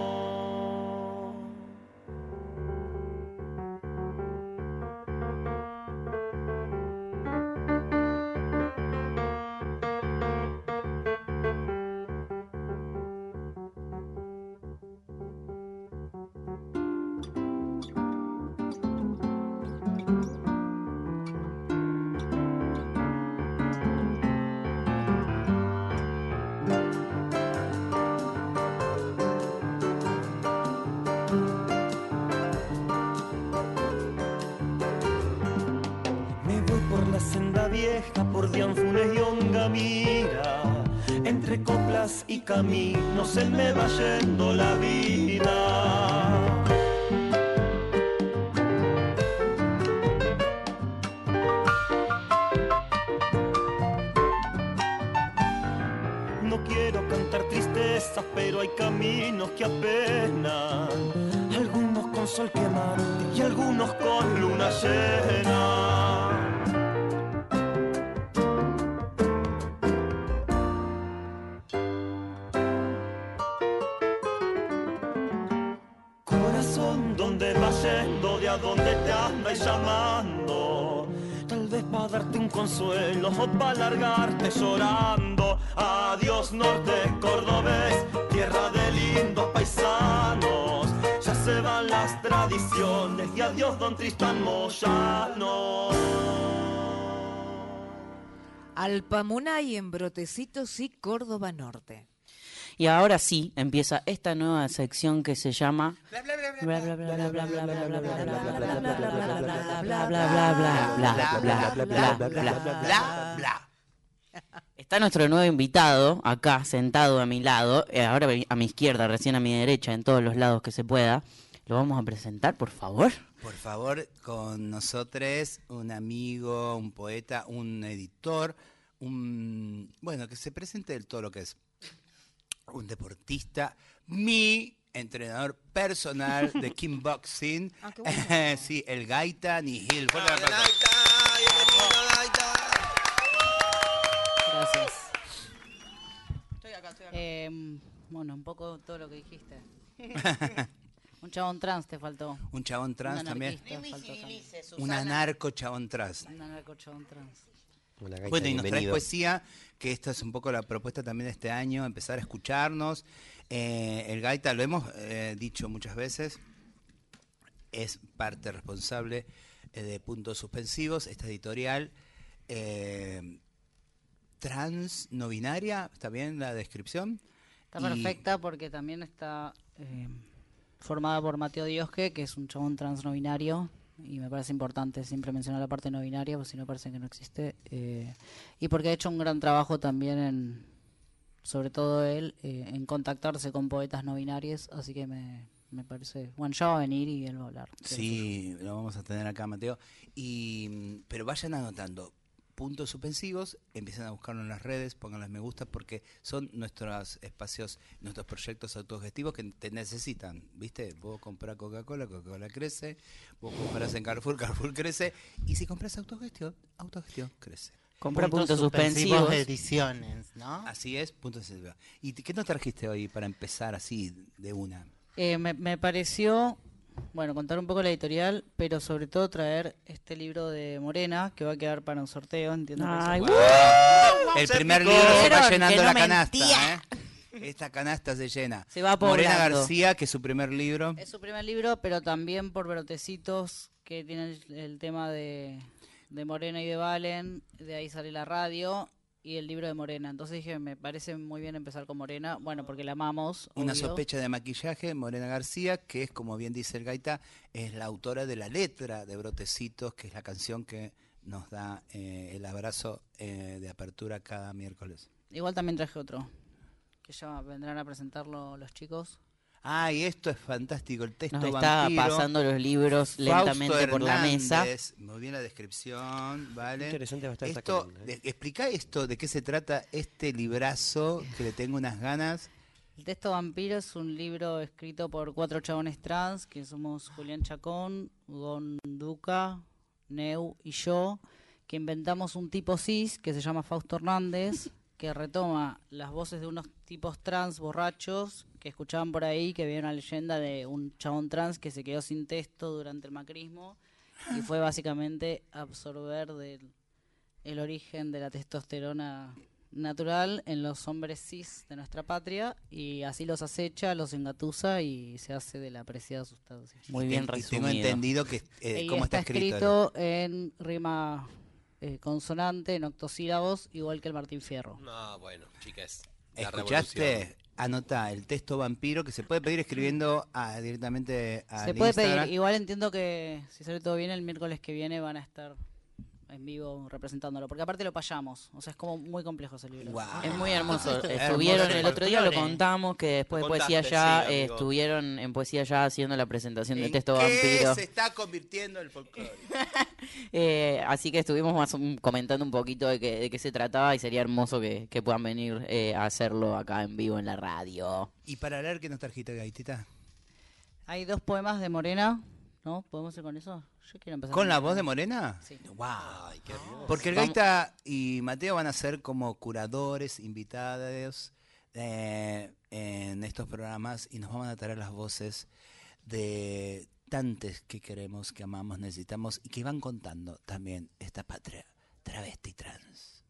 Por Dianfunes y Ongamira, entre coplas y caminos se me va yendo la vida. No quiero cantar tristezas, pero hay caminos que apenan, algunos con sol quemante y algunos con luna llena. De a dónde te andas llamando, tal vez para darte un consuelo o para largarte llorando. Adiós norte cordobés, tierra de lindos paisanos, ya se van las tradiciones y adiós don Tristán Moyano. Alpamunay en Brotecitos y Córdoba Norte. Y ahora sí empieza esta nueva sección que se llama Está nuestro nuevo invitado acá sentado a mi lado, ahora a mi izquierda, recién a mi derecha, en todos los lados que se pueda. Lo vamos a presentar, por favor. Por favor, con nosotros un amigo, un poeta, un editor, un bueno, que se presente del todo lo que es. Un deportista, mi entrenador personal de kickboxing, ah, bueno. Sí, el Gaita Nihil. No, Gaita, bienvenido Gaita. Gracias. Estoy acá, estoy acá. Eh, bueno, un poco todo lo que dijiste. Un chabón trans te faltó. Un chabón trans un también. Susana. Un anarco chabón trans. Un anarco chabón trans. Gaita, bueno, y nos traes poesía, que esta es un poco la propuesta también de este año, empezar a escucharnos. Eh, el Gaita, lo hemos eh, dicho muchas veces, es parte responsable eh, de Puntos Suspensivos, esta editorial eh, trans, no binaria, ¿está bien la descripción? Está y... perfecta porque también está eh, formada por Mateo Diosque, que es un chabón trans no binario. Y me parece importante siempre mencionar la parte no binaria, porque si no parece que no existe. Eh, y porque ha hecho un gran trabajo también, en, sobre todo él, eh, en contactarse con poetas no binarios. Así que me, me parece... Bueno, ya va a venir y él va a hablar. Sí, lo vamos a tener acá, Mateo. Y, pero vayan anotando puntos suspensivos, empiecen a buscarlo en las redes, pónganles me gusta, porque son nuestros espacios, nuestros proyectos autogestivos que te necesitan, ¿viste? Vos comprás Coca-Cola, Coca-Cola crece, vos comprás en Carrefour, Carrefour crece, y si compras autogestión, autogestión crece. Compra puntos, puntos suspensivos, suspensivos ediciones, ¿no? Así es, puntos suspensivos. ¿Y qué nos trajiste hoy para empezar así de una? Eh, me, me pareció... Bueno, contar un poco la editorial, pero sobre todo traer este libro de Morena, que va a quedar para un sorteo, entiendo. Ay, que wow. El primer libro se va llenando no la canasta, ¿eh? Esta canasta se llena. Se va Morena García, que es su primer libro. Es su primer libro, pero también por Brotecitos, que tiene el, el tema de, de Morena y de Valen, de ahí sale la radio, y el libro de Morena. Entonces dije, me parece muy bien empezar con Morena, bueno, porque la amamos. Una obvio. Sospecha de maquillaje, Morena García, que es, como bien dice el Gaita, es la autora de la letra de Brotecitos, que es la canción que nos da eh, el abrazo eh, de apertura cada miércoles. Igual también traje otro, que ya vendrán a presentarlo los chicos. Ah, y esto es fantástico, el texto Nos está vampiro. pasando los libros lentamente Fausto por la mesa. Hernández, muy bien la descripción, ¿vale? Interesante va a estar esta Esto, columna, ¿eh? de- explica esto, de qué se trata este librazo que le tengo unas ganas. El texto vampiro es un libro escrito por cuatro chabones trans, que somos Julián Chacón, Gon Duca, Neu y yo, que inventamos un tipo cis que se llama Fausto Hernández, que retoma las voces de unos tipos trans borrachos que escuchaban por ahí, que había una leyenda de un chabón trans que se quedó sin texto durante el macrismo y fue básicamente absorber del el origen de la testosterona natural en los hombres cis de nuestra patria y así los acecha, los engatusa y se hace de la apreciada sustancia. Muy Y bien ten- y resumido. tengo entendido que eh, Y cómo está, está escrito. escrito en rima eh, consonante, en octosílabos, igual que el Martín Fierro. No, bueno, chicas. la ¿Escuchaste? revolución. Anota el texto vampiro que se puede pedir escribiendo a, directamente a Se puede pedir, igual entiendo que si sale todo bien el miércoles que viene van a estar en vivo representándolo, porque aparte lo payamos, o sea, es como muy complejo ese libro. Wow. Es muy hermoso. Hermoso. Estuvieron el otro día, lo Folclore. contamos, que después Lo de Poesía contaste, Ya, sí, eh, amigo. estuvieron en Poesía Ya haciendo la presentación del ¿En texto qué vampiro. se está convirtiendo el folclore? Eh, así que estuvimos más um, comentando un poquito de, que, de qué se trataba y sería hermoso que, que puedan venir eh, a hacerlo acá en vivo en la radio. Y para leer, ¿qué nos trajiste, Gaitita? Hay dos poemas de Morena, ¿no? ¿Podemos ir con eso? Yo quiero empezar ¿Con la voz de Morena? Sí. ¡Wow! Ay, qué hermoso. Porque el Vamos- Gaita y Mateo van a ser como curadores, invitados eh, en estos programas y nos van a traer las voces de tantos que queremos, que amamos, necesitamos y que van contando también esta patria travesti trans.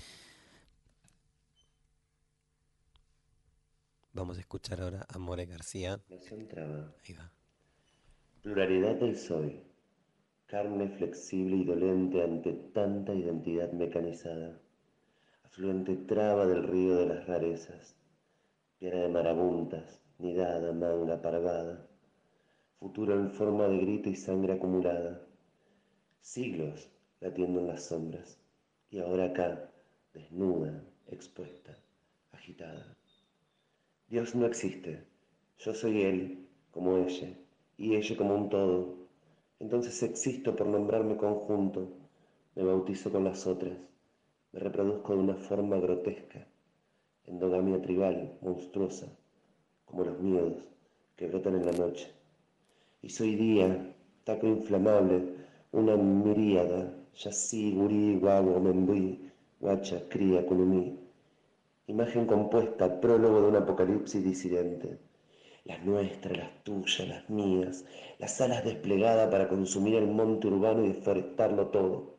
Vamos a escuchar ahora a More García. Nación Traba. Ahí va. Pluralidad del soy. Carne flexible y dolente ante tanta identidad mecanizada. Afluente traba del río de las rarezas. Piedra de marabuntas, nidada, manga, parvada. Futuro en forma de grito y sangre acumulada. Siglos latiendo en las sombras. Y ahora acá, desnuda, expuesta, agitada. Dios no existe. Yo soy Él, como ella, y ella como un todo. Entonces existo por nombrarme conjunto. Me bautizo con las otras. Me reproduzco de una forma grotesca. Endogamia tribal, monstruosa, como los miedos que brotan en la noche. Y soy día, taco inflamable, una miríada, yací, gurí, guago, membui, guacha, cría, culumí. Imagen compuesta, prólogo de un apocalipsis disidente. Las nuestras, las tuyas, las mías, las alas desplegadas para consumir el monte urbano y deforestarlo todo.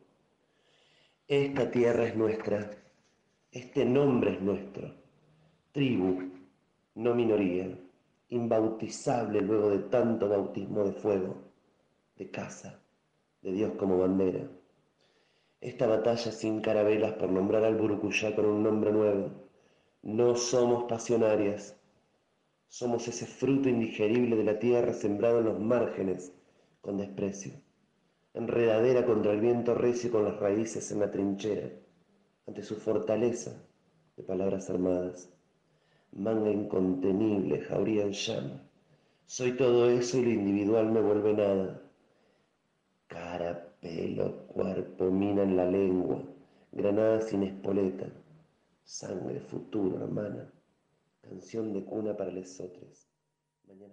Esta tierra es nuestra, este nombre es nuestro. Tribu, no minoría, imbautizable luego de tanto bautismo de fuego, de casa, de Dios como bandera. Esta batalla sin carabelas por nombrar al Burucuyá con un nombre nuevo. No somos pasionarias, somos ese fruto indigerible de la tierra sembrado en los márgenes con desprecio. Enredadera contra el viento recio con las raíces en la trinchera, ante su fortaleza de palabras armadas. Manga incontenible, jauría en llama. Soy todo eso y lo individual me vuelve nada. Cara, pelo, cuerpo, mina en la lengua, granada sin espoleta. Sangre, futuro, hermana. Canción de cuna para lesotres. Mañana.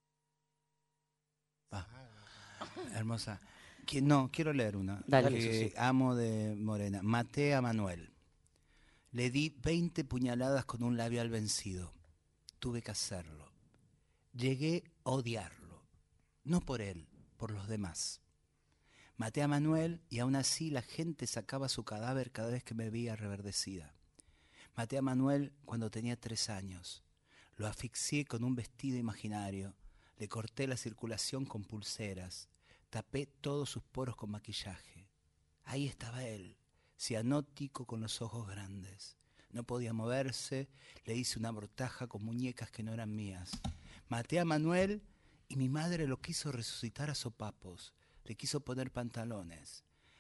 Va. Hermosa. Que- No, quiero leer una. Dale. que amo de Morena. Maté a Manuel. Le di veinte puñaladas con un labial vencido. Tuve que hacerlo. Llegué a odiarlo. No por él, por los demás. Maté a Manuel y aún así la gente sacaba su cadáver cada vez que me veía reverdecida. Maté a Manuel cuando tenía tres años. Lo asfixié con un vestido imaginario. Le corté la circulación con pulseras. Tapé todos sus poros con maquillaje. Ahí estaba él, cianótico con los ojos grandes. No podía moverse, le hice una mortaja con muñecas que no eran mías. Maté a Manuel y mi madre lo quiso resucitar a sopapos. Le quiso poner pantalones.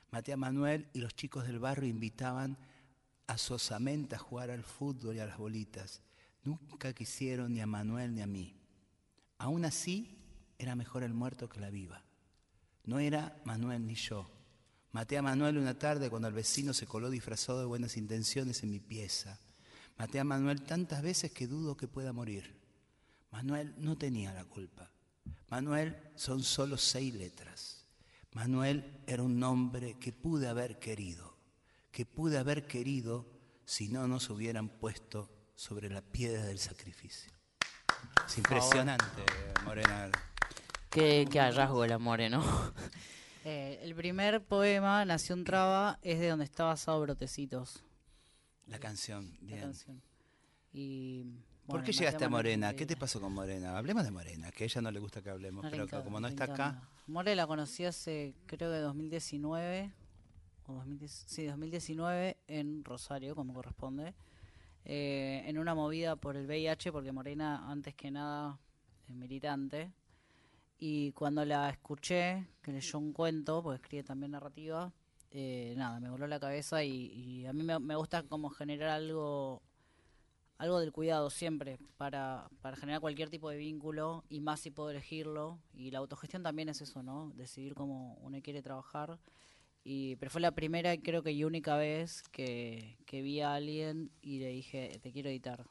Maté a Manuel y los chicos del barrio invitaban a su osamenta a jugar al fútbol y a las bolitas. Nunca quisieron ni a Manuel ni a mí. Aún así, era mejor el muerto que la viva. No era Manuel ni yo. Maté a Manuel una tarde cuando el vecino se coló disfrazado de buenas intenciones en mi pieza. Maté a Manuel tantas veces que dudo que pueda morir. Manuel no tenía la culpa. Manuel son solo seis letras. Manuel era un nombre que pude haber querido, que pude haber querido si no nos hubieran puesto sobre la piedra del sacrificio. Es impresionante, Morena. Qué, qué hallazgo el amor, ¿no? Eh, el primer poema, Nación Traba, es de donde está basado Brotecitos. La canción, bien. La canción. Y, ¿Por bueno, qué llegaste a Matías Morena? Manuel ¿Qué te pasó con Morena? Hablemos de Morena, que a ella no le gusta que hablemos, No, le pero encanta, como no le está acá... encanta. More la conocí hace, creo que dos mil diecinueve, o dos mil diez, sí, dos mil diecinueve, en Rosario, como corresponde, eh, en una movida por el V I H, porque Morena, antes que nada, es militante. Y cuando la escuché, que leyó un cuento, porque escribe también narrativa, eh, nada, me voló la cabeza y, y a mí me, me gusta como generar algo algo del cuidado siempre, para, para generar cualquier tipo de vínculo, y más si puedo elegirlo. Y la autogestión también es eso, ¿no? Decidir cómo uno quiere trabajar. Y, pero fue la primera y creo que y única vez que, que vi a alguien y le dije, te quiero editar.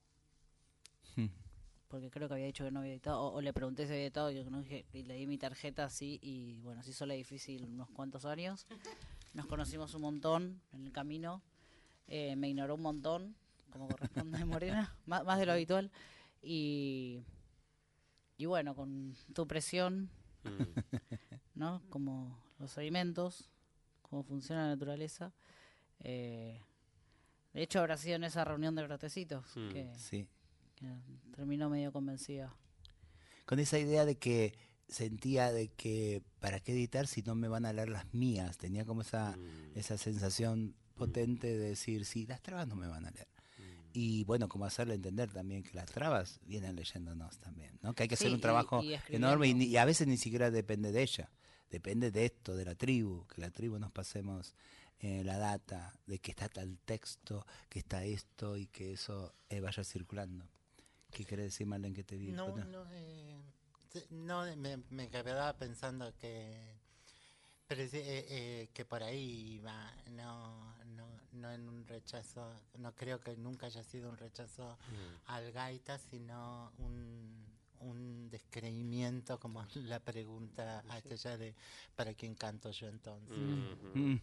Hmm. Porque creo que había dicho que no había editado, o, o le pregunté si había editado, y yo no dije, y le di mi tarjeta así, y bueno, se hizo la difícil unos cuantos años. Nos conocimos un montón en el camino, eh, me ignoró un montón, como corresponde a Morena, más, más de lo habitual, y, y bueno, con tu presión, Mm. ¿no? Como los alimentos, cómo funciona la naturaleza. Eh, de hecho, habrá sido en esa reunión de Brotecitos Mm. que, Sí. que terminó medio convencida. Con esa idea de que sentía de que para qué editar si no me van a leer las mías. Tenía como esa, Mm. esa sensación potente de decir, sí, las trabas no me van a leer. Y bueno, como hacerle entender también que las trabas vienen leyéndonos también, ¿no? Que hay que hacer Sí, un trabajo y- y escribiendo. enorme y, ni- y a veces ni siquiera depende de ella. Depende de esto, de la tribu, que la tribu nos pasemos eh, la data, de que está tal texto, que está esto y que eso eh, vaya circulando. ¿Qué querés decir, Marlene, que te vi? No, no, eh, t- no me, me quedaba pensando que pero sí, eh, eh, que por ahí va, no, no, no en un rechazo, no creo que nunca haya sido un rechazo Mm. al gaita, sino un, un descreimiento, como la pregunta aquella de ¿para quién canto yo entonces? Mm.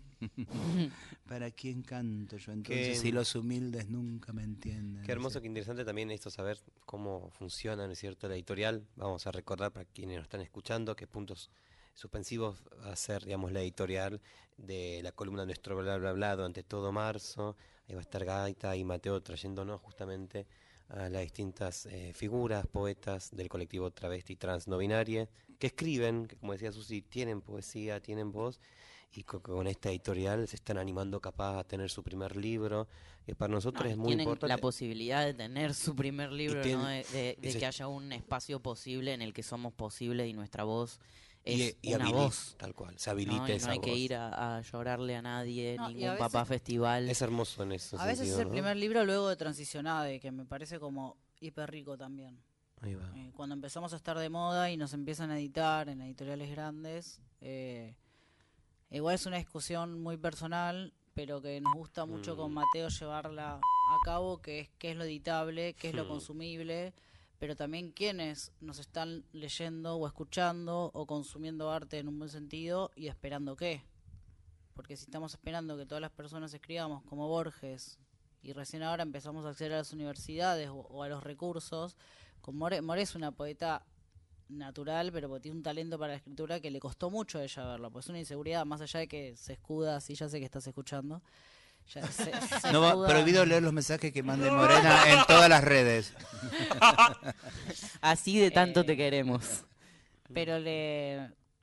¿Para quién canto yo entonces Qué- si los humildes nunca me entienden? Qué hermoso, qué interesante también esto, saber cómo funciona, ¿no es cierto?, la editorial. Vamos a recordar para quienes nos están escuchando qué puntos suspensivos va a ser, digamos, la editorial de la columna Nuestro Bla Bla Bla durante todo marzo. Ahí va a estar Gaita y Mateo trayéndonos justamente a las distintas eh, figuras, poetas del colectivo Travesti Trans No Binaria, que escriben, que como decía Susi, tienen poesía, tienen voz, y co- con esta editorial se están animando capaz a tener su primer libro, que para nosotros No, es muy tienen importante. la posibilidad de tener su primer libro, tienen- ¿no? de, de- de ese- que haya un espacio posible en el que somos posibles y nuestra voz es Y- y una habilita, voz. tal cual, se ¿no? habilita Y no esa hay que voz. ir a, a llorarle a nadie, No, y a ningún veces- papá festival. Es hermoso en eso. A veces es el primer libro luego de Transicionade, que me parece como hiper rico también. Ahí va. Eh, cuando empezamos a estar de moda y nos empiezan a editar en editoriales grandes, eh, igual es una discusión muy personal, pero que nos gusta mucho con Mm. Mateo llevarla a cabo, que es qué es lo editable, qué es lo Hmm. consumible, pero también quiénes nos están leyendo o escuchando o consumiendo arte en un buen sentido y esperando qué. Porque si estamos esperando que todas las personas escribamos como Borges y recién ahora empezamos a acceder a las universidades o, o a los recursos, con More, More es una poeta natural, pero porque tiene un talento para la escritura que le costó mucho a ella verlo, pues es una inseguridad, más allá de que se escuda, así ya sé que estás escuchando. Ya se- se No va escuda- prohibido leer los mensajes que mande Morena en todas las redes. Así de tanto Eh, te queremos. Pero le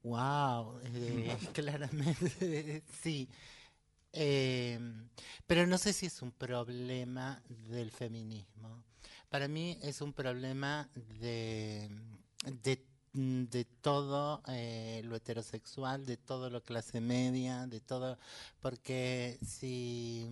Wow, eh, claramente sí. Eh, pero no sé si es un problema del feminismo. Para mí es un problema de, de, de todo eh, lo heterosexual, de todo lo clase media, de todo, porque si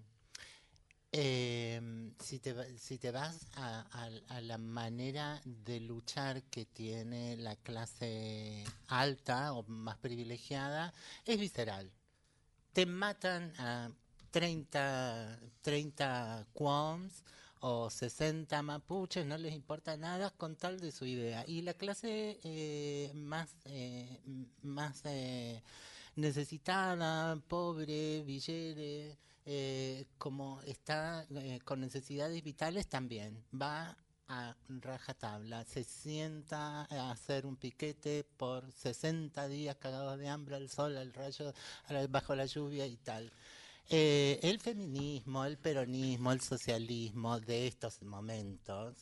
eh, si te, va- si te vas a, a- a la manera de luchar que tiene la clase alta o más privilegiada, es visceral. Te matan a treinta treinta Quoms o sesenta mapuches, no les importa nada con tal de su idea. Y la clase eh, más, eh, m- más eh, necesitada, pobre, villere, eh, como está eh, con necesidades vitales también, va a rajatabla, se sienta a hacer un piquete por sesenta días cagados de hambre al sol, al rayo, al- bajo la lluvia y tal. Eh, el feminismo, el peronismo, el socialismo de estos momentos,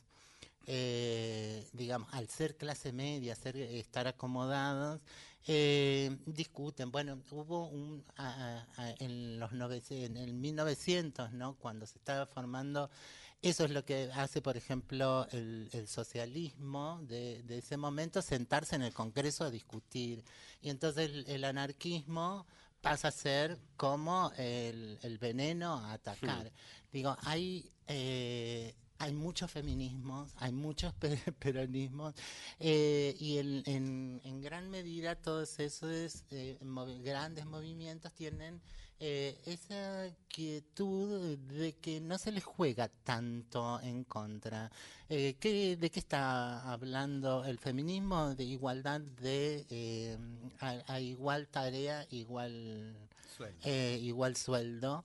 eh, digamos, al ser clase media, ser, estar acomodados, eh, discuten. Bueno, hubo un, a- a- a- en los novecientos, en el mil novecientos, ¿no? Cuando se estaba formando, eso es lo que hace, por ejemplo, el, el socialismo de, de ese momento, sentarse en el Congreso a discutir. Y entonces el, el anarquismo pasa a ser como el, el veneno a atacar. Digo, hay, eh, hay muchos feminismos, hay muchos pe- peronismos, eh, y en, en, en gran medida todos esos eh, movi- grandes movimientos tienen eh, esa quietud de que no se les juega tanto en contra. Eh, ¿qué- ¿de qué está hablando el feminismo? De igualdad de eh, a, a igual tarea, igual Sueldo. eh, igual sueldo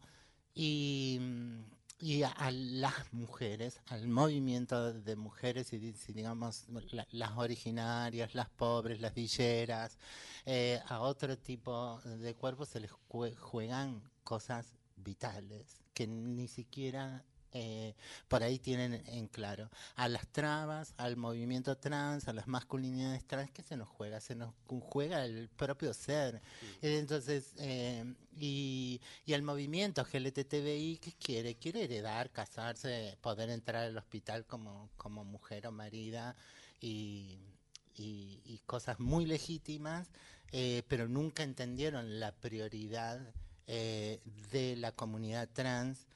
y, mm, y a, a las mujeres, al movimiento de mujeres y di- si digamos la- las originarias, las pobres, las villeras, eh, a otro tipo de cuerpos se les jue- juegan cosas vitales que ni siquiera eh, por ahí tienen en claro. A las trabas, al movimiento trans, a las masculinidades trans, ¿qué se nos juega? Se nos cu- juega el propio ser. Eh, Entonces, eh, y, y el movimiento G L T T B I, ¿qué quiere? Quiere heredar, casarse, poder entrar al hospital como, como mujer o marida y, y, y cosas muy legítimas, eh, pero nunca entendieron la prioridad eh, de la comunidad trans,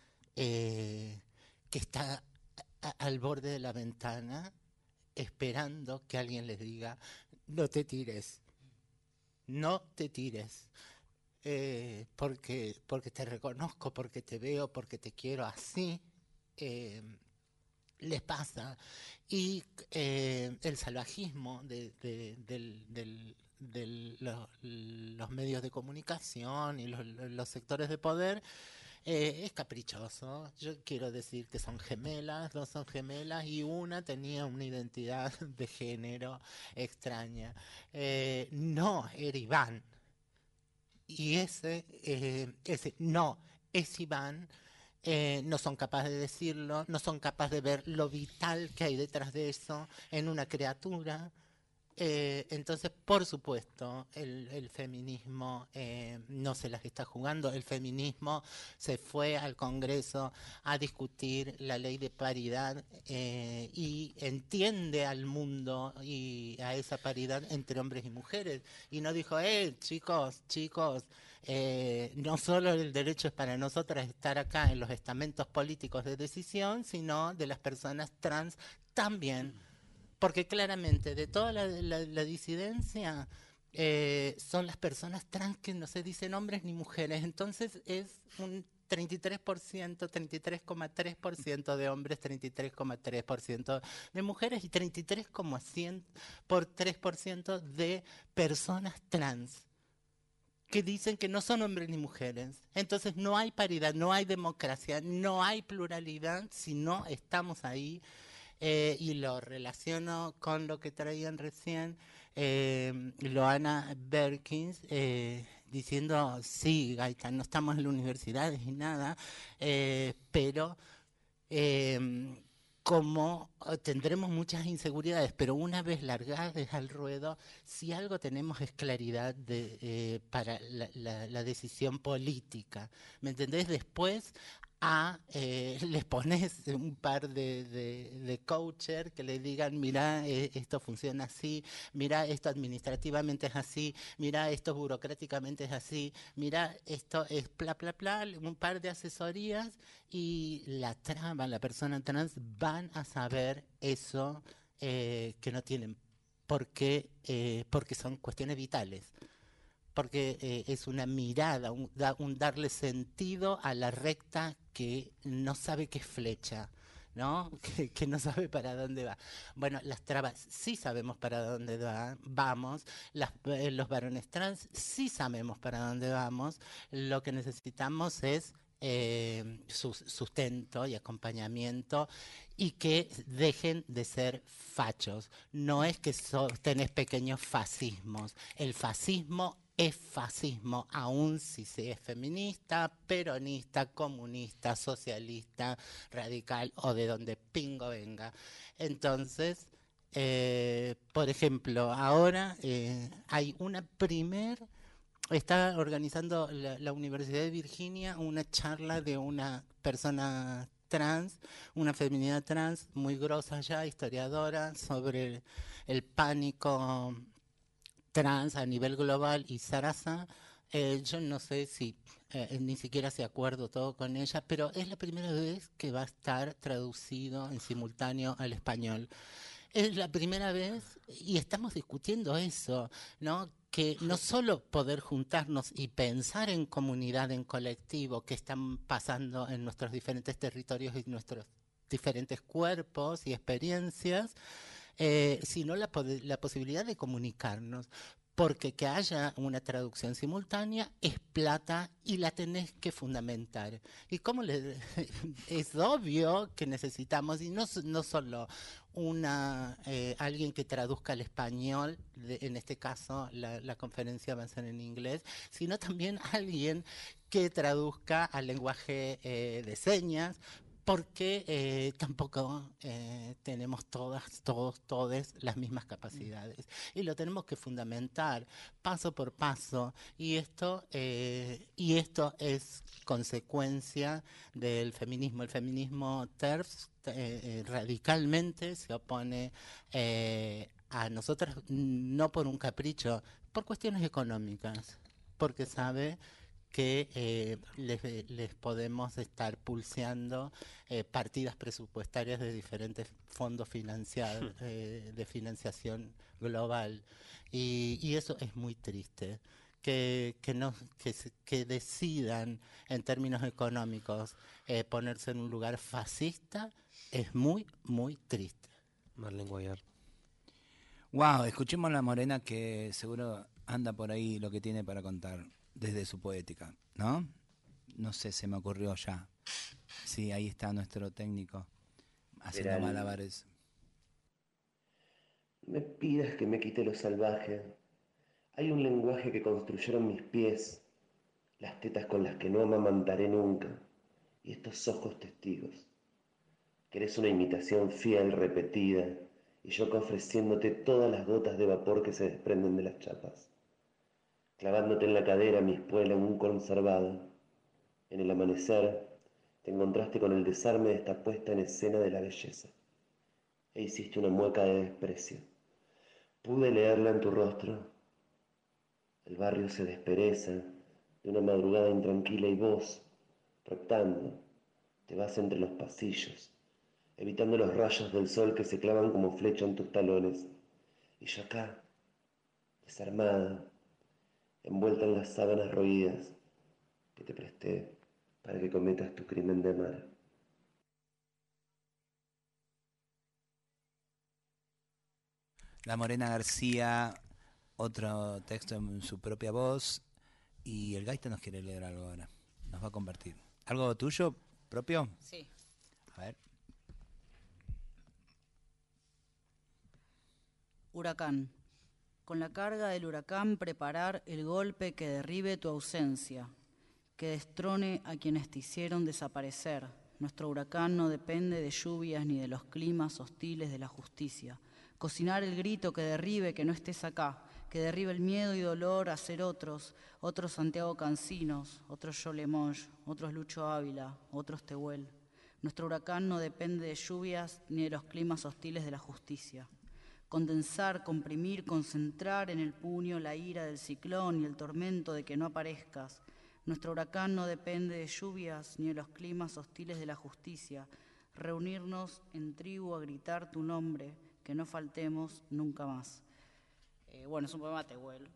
eh, que está a- al borde de la ventana esperando que alguien les diga, no te tires, no te tires, eh, porque, porque te reconozco, porque te veo, porque te quiero así. eh, Les pasa. Y eh, el salvajismo de, de- del, del- del- lo- los medios de comunicación y los, los sectores de poder eh, es caprichoso. Yo quiero decir que son gemelas, dos son gemelas y una tenía una identidad de género extraña. Eh, no, era Iván. Y ese, eh, ese no, es Iván, eh, no son capaces de decirlo, no son capaces de ver lo vital que hay detrás de eso en una criatura. Eh, entonces, por supuesto, el, el feminismo eh, no se las está jugando. El feminismo se fue al Congreso a discutir la ley de paridad eh, y entiende al mundo y a esa paridad entre hombres y mujeres. Y no dijo, eh, chicos, chicos, eh, no solo el derecho es para nosotras estar acá en los estamentos políticos de decisión, sino de las personas trans también. Porque claramente de toda la, la- la disidencia eh, son las personas trans que no se dicen hombres ni mujeres. Entonces es un treinta y tres por ciento, treinta y tres coma tres por ciento de hombres, treinta y tres coma tres por ciento de mujeres y treinta y tres coma cien por tres por ciento de personas trans que dicen que no son hombres ni mujeres. Entonces no hay paridad, no hay democracia, no hay pluralidad si no estamos ahí. Eh, y lo relaciono con lo que traían recién eh, Loana Berkins, eh, diciendo, sí, Gaita, no estamos en las universidades y nada, eh, pero eh, como eh, tendremos muchas inseguridades, pero una vez largadas al ruedo, si algo tenemos es claridad de, eh, para la, la- la decisión política. ¿Me entendés? Después a, eh, les pones un par de, de, de coacher que le digan, mira, eh, esto funciona así, mira, esto administrativamente es así, mira, esto burocráticamente es así, mira, esto es bla, bla, bla, un par de asesorías y la trama, la persona trans van a saber eso eh, que no tienen, porque, eh, porque son cuestiones vitales. Porque eh, es una mirada, un, da- un darle sentido a la recta que no sabe qué es flecha, ¿no? Que, que no sabe para dónde va. Bueno, las trabas sí sabemos para dónde va- vamos, las, eh, los varones trans sí sabemos para dónde vamos, lo que necesitamos es eh, sus- sustento y acompañamiento y que dejen de ser fachos. No es que so- tenés pequeños fascismos, el fascismo es fascismo, aun si se es feminista, peronista, comunista, socialista, radical o de donde pingo venga. Entonces, eh, por ejemplo, ahora eh, hay una primer, está organizando la, la Universidad de Virginia una charla de una persona trans, una feminidad trans muy grosa ya, historiadora, sobre el, el pánico trans a nivel global y Sarasa, eh, yo no sé si eh, ni siquiera se acuerdo todo con ella, pero es la primera vez que va a estar traducido en simultáneo al español. Es la primera vez y estamos discutiendo eso, ¿no? Que no solo poder juntarnos y pensar en comunidad, en colectivo, que están pasando en nuestros diferentes territorios y nuestros diferentes cuerpos y experiencias, eh, sino la, pode- la posibilidad de comunicarnos. Porque que haya una traducción simultánea es plata y la tenés que fundamentar. Y cómo le, es obvio que necesitamos, y no, s- no solo una eh, alguien que traduzca al español, de- en este caso la, la conferencia va a ser en inglés, sino también alguien que traduzca al lenguaje eh, de señas, porque eh, tampoco eh, tenemos todas, todos, todes las mismas capacidades. Y lo tenemos que fundamentar paso por paso. Y esto, eh, y esto es consecuencia del feminismo. El feminismo TERF eh, eh, radicalmente se opone eh, a nosotras, no por un capricho, por cuestiones económicas, porque sabe que eh, les, les podemos estar pulseando eh, partidas presupuestarias de diferentes fondos financiados, eh, de financiación global. Y, y eso es muy triste. Que, que, no, que, se- que decidan en términos económicos eh, ponerse en un lugar fascista es muy, muy triste. Marlene Guayar. Wow, escuchemos a la Morena que seguro anda por ahí lo que tiene para contar desde su poética, ¿no? No sé, se me ocurrió ya. Sí, ahí está nuestro técnico haciendo Verán. malabares. No me pidas que me quite lo salvaje. Hay un lenguaje que construyeron mis pies, las tetas con las que no amamantaré nunca, y estos ojos testigos. Que eres una imitación fiel, repetida, y yo que ofreciéndote todas las gotas de vapor que se desprenden de las chapas. Clavándote en la cadera mi espuela en un conservado. En el amanecer te encontraste con el desarme de esta puesta en escena de la belleza. E hiciste una mueca de desprecio. Pude leerla en tu rostro. El barrio se despereza de una madrugada intranquila y vos, reptando, te vas entre los pasillos, evitando los rayos del sol que se clavan como flecha en tus talones. Y yo acá, desarmada, envuelta en las sábanas roídas que te presté para que cometas tu crimen de mar. La Morena García, otro texto en su propia voz. Y el Gaita nos quiere leer algo ahora. Nos va a compartir. ¿Algo tuyo propio? Sí. A ver. Huracán. Con la carga del huracán preparar el golpe que derribe tu ausencia, que destrone a quienes te hicieron desaparecer, Nuestro huracán no depende de lluvias ni de los climas hostiles de la justicia. Cocinar el grito que derribe que no estés acá, que derribe el miedo y dolor a ser otros, otros Santiago Cancinos, otros Yolemonge, otros Lucho Ávila, otros Tehuel. Nuestro huracán no depende de lluvias ni de los climas hostiles de la justicia. Condensar, comprimir, concentrar en el puño la ira del ciclón y el tormento de que no aparezcas. Nuestro huracán no depende de lluvias ni de los climas hostiles de la justicia. Reunirnos en tribu a gritar tu nombre, que no faltemos nunca más. Eh, bueno, es un poema de Tehuel.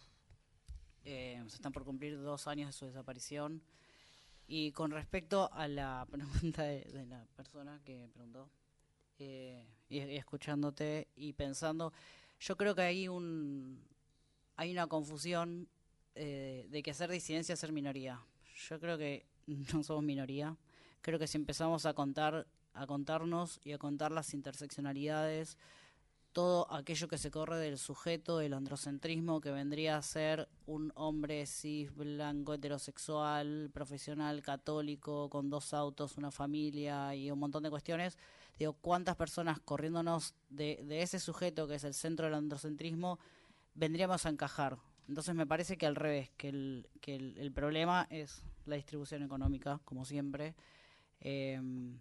Eh, se están por cumplir dos años de su desaparición. Y con respecto a la pregunta de, de la persona que preguntó, eh, y, y escuchándote y pensando, yo creo que hay un hay una confusión eh, de que ser disidencia es ser minoría. Yo creo que no somos minoría. Creo que si empezamos a contar, a contarnos y a contar las interseccionalidades, todo aquello que se corre del sujeto, del androcentrismo, que vendría a ser un hombre cis, blanco, heterosexual, profesional, católico, con dos autos, una familia y un montón de cuestiones. Digo, ¿cuántas personas corriéndonos de, de ese sujeto que es el centro del androcentrismo vendríamos a encajar? Entonces me parece que al revés, que el, que el, el problema es la distribución económica, como siempre, eh,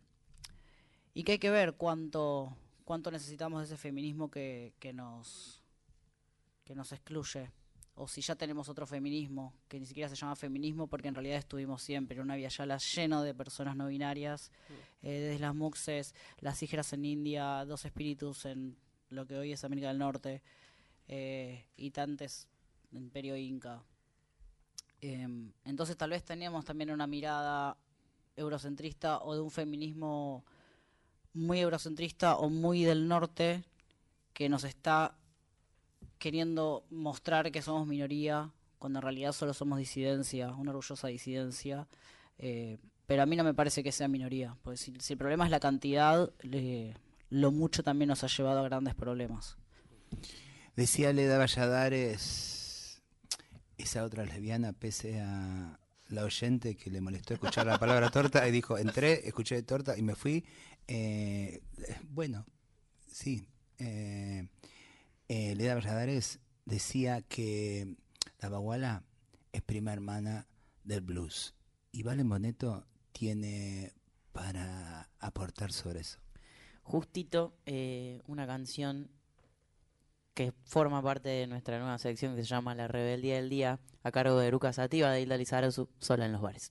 y que hay que ver cuánto... cuánto necesitamos de ese feminismo que, que nos que nos excluye, o si ya tenemos otro feminismo que ni siquiera se llama feminismo porque en realidad estuvimos siempre en una Via Yala lleno de personas no binarias, mm. eh, desde las muxes, las hijas en India, dos espíritus en lo que hoy es América del Norte, eh, y tantos en Imperio Inca. Eh, entonces tal vez teníamos también una mirada eurocentrista o de un feminismo muy eurocentrista o muy del norte que nos está queriendo mostrar que somos minoría cuando en realidad solo somos disidencia, una orgullosa disidencia, eh, pero a mí no me parece que sea minoría, porque si, si el problema es la cantidad, le, lo mucho también nos ha llevado a grandes problemas. Decía Leda Valladares, esa otra lesbiana, pese a la oyente que le molestó escuchar la palabra torta, y dijo, entré, escuché torta y me fui. Eh, bueno, sí. Eh, eh, Leda Valladares decía que la baguala es prima hermana del blues. Y Valen Boneto tiene para aportar sobre eso. Justito, eh, una canción que forma parte de nuestra nueva sección que se llama La Rebeldía del Día, a cargo de Eruca Sativa, de Hilda Lizarazu, Sola en los bares.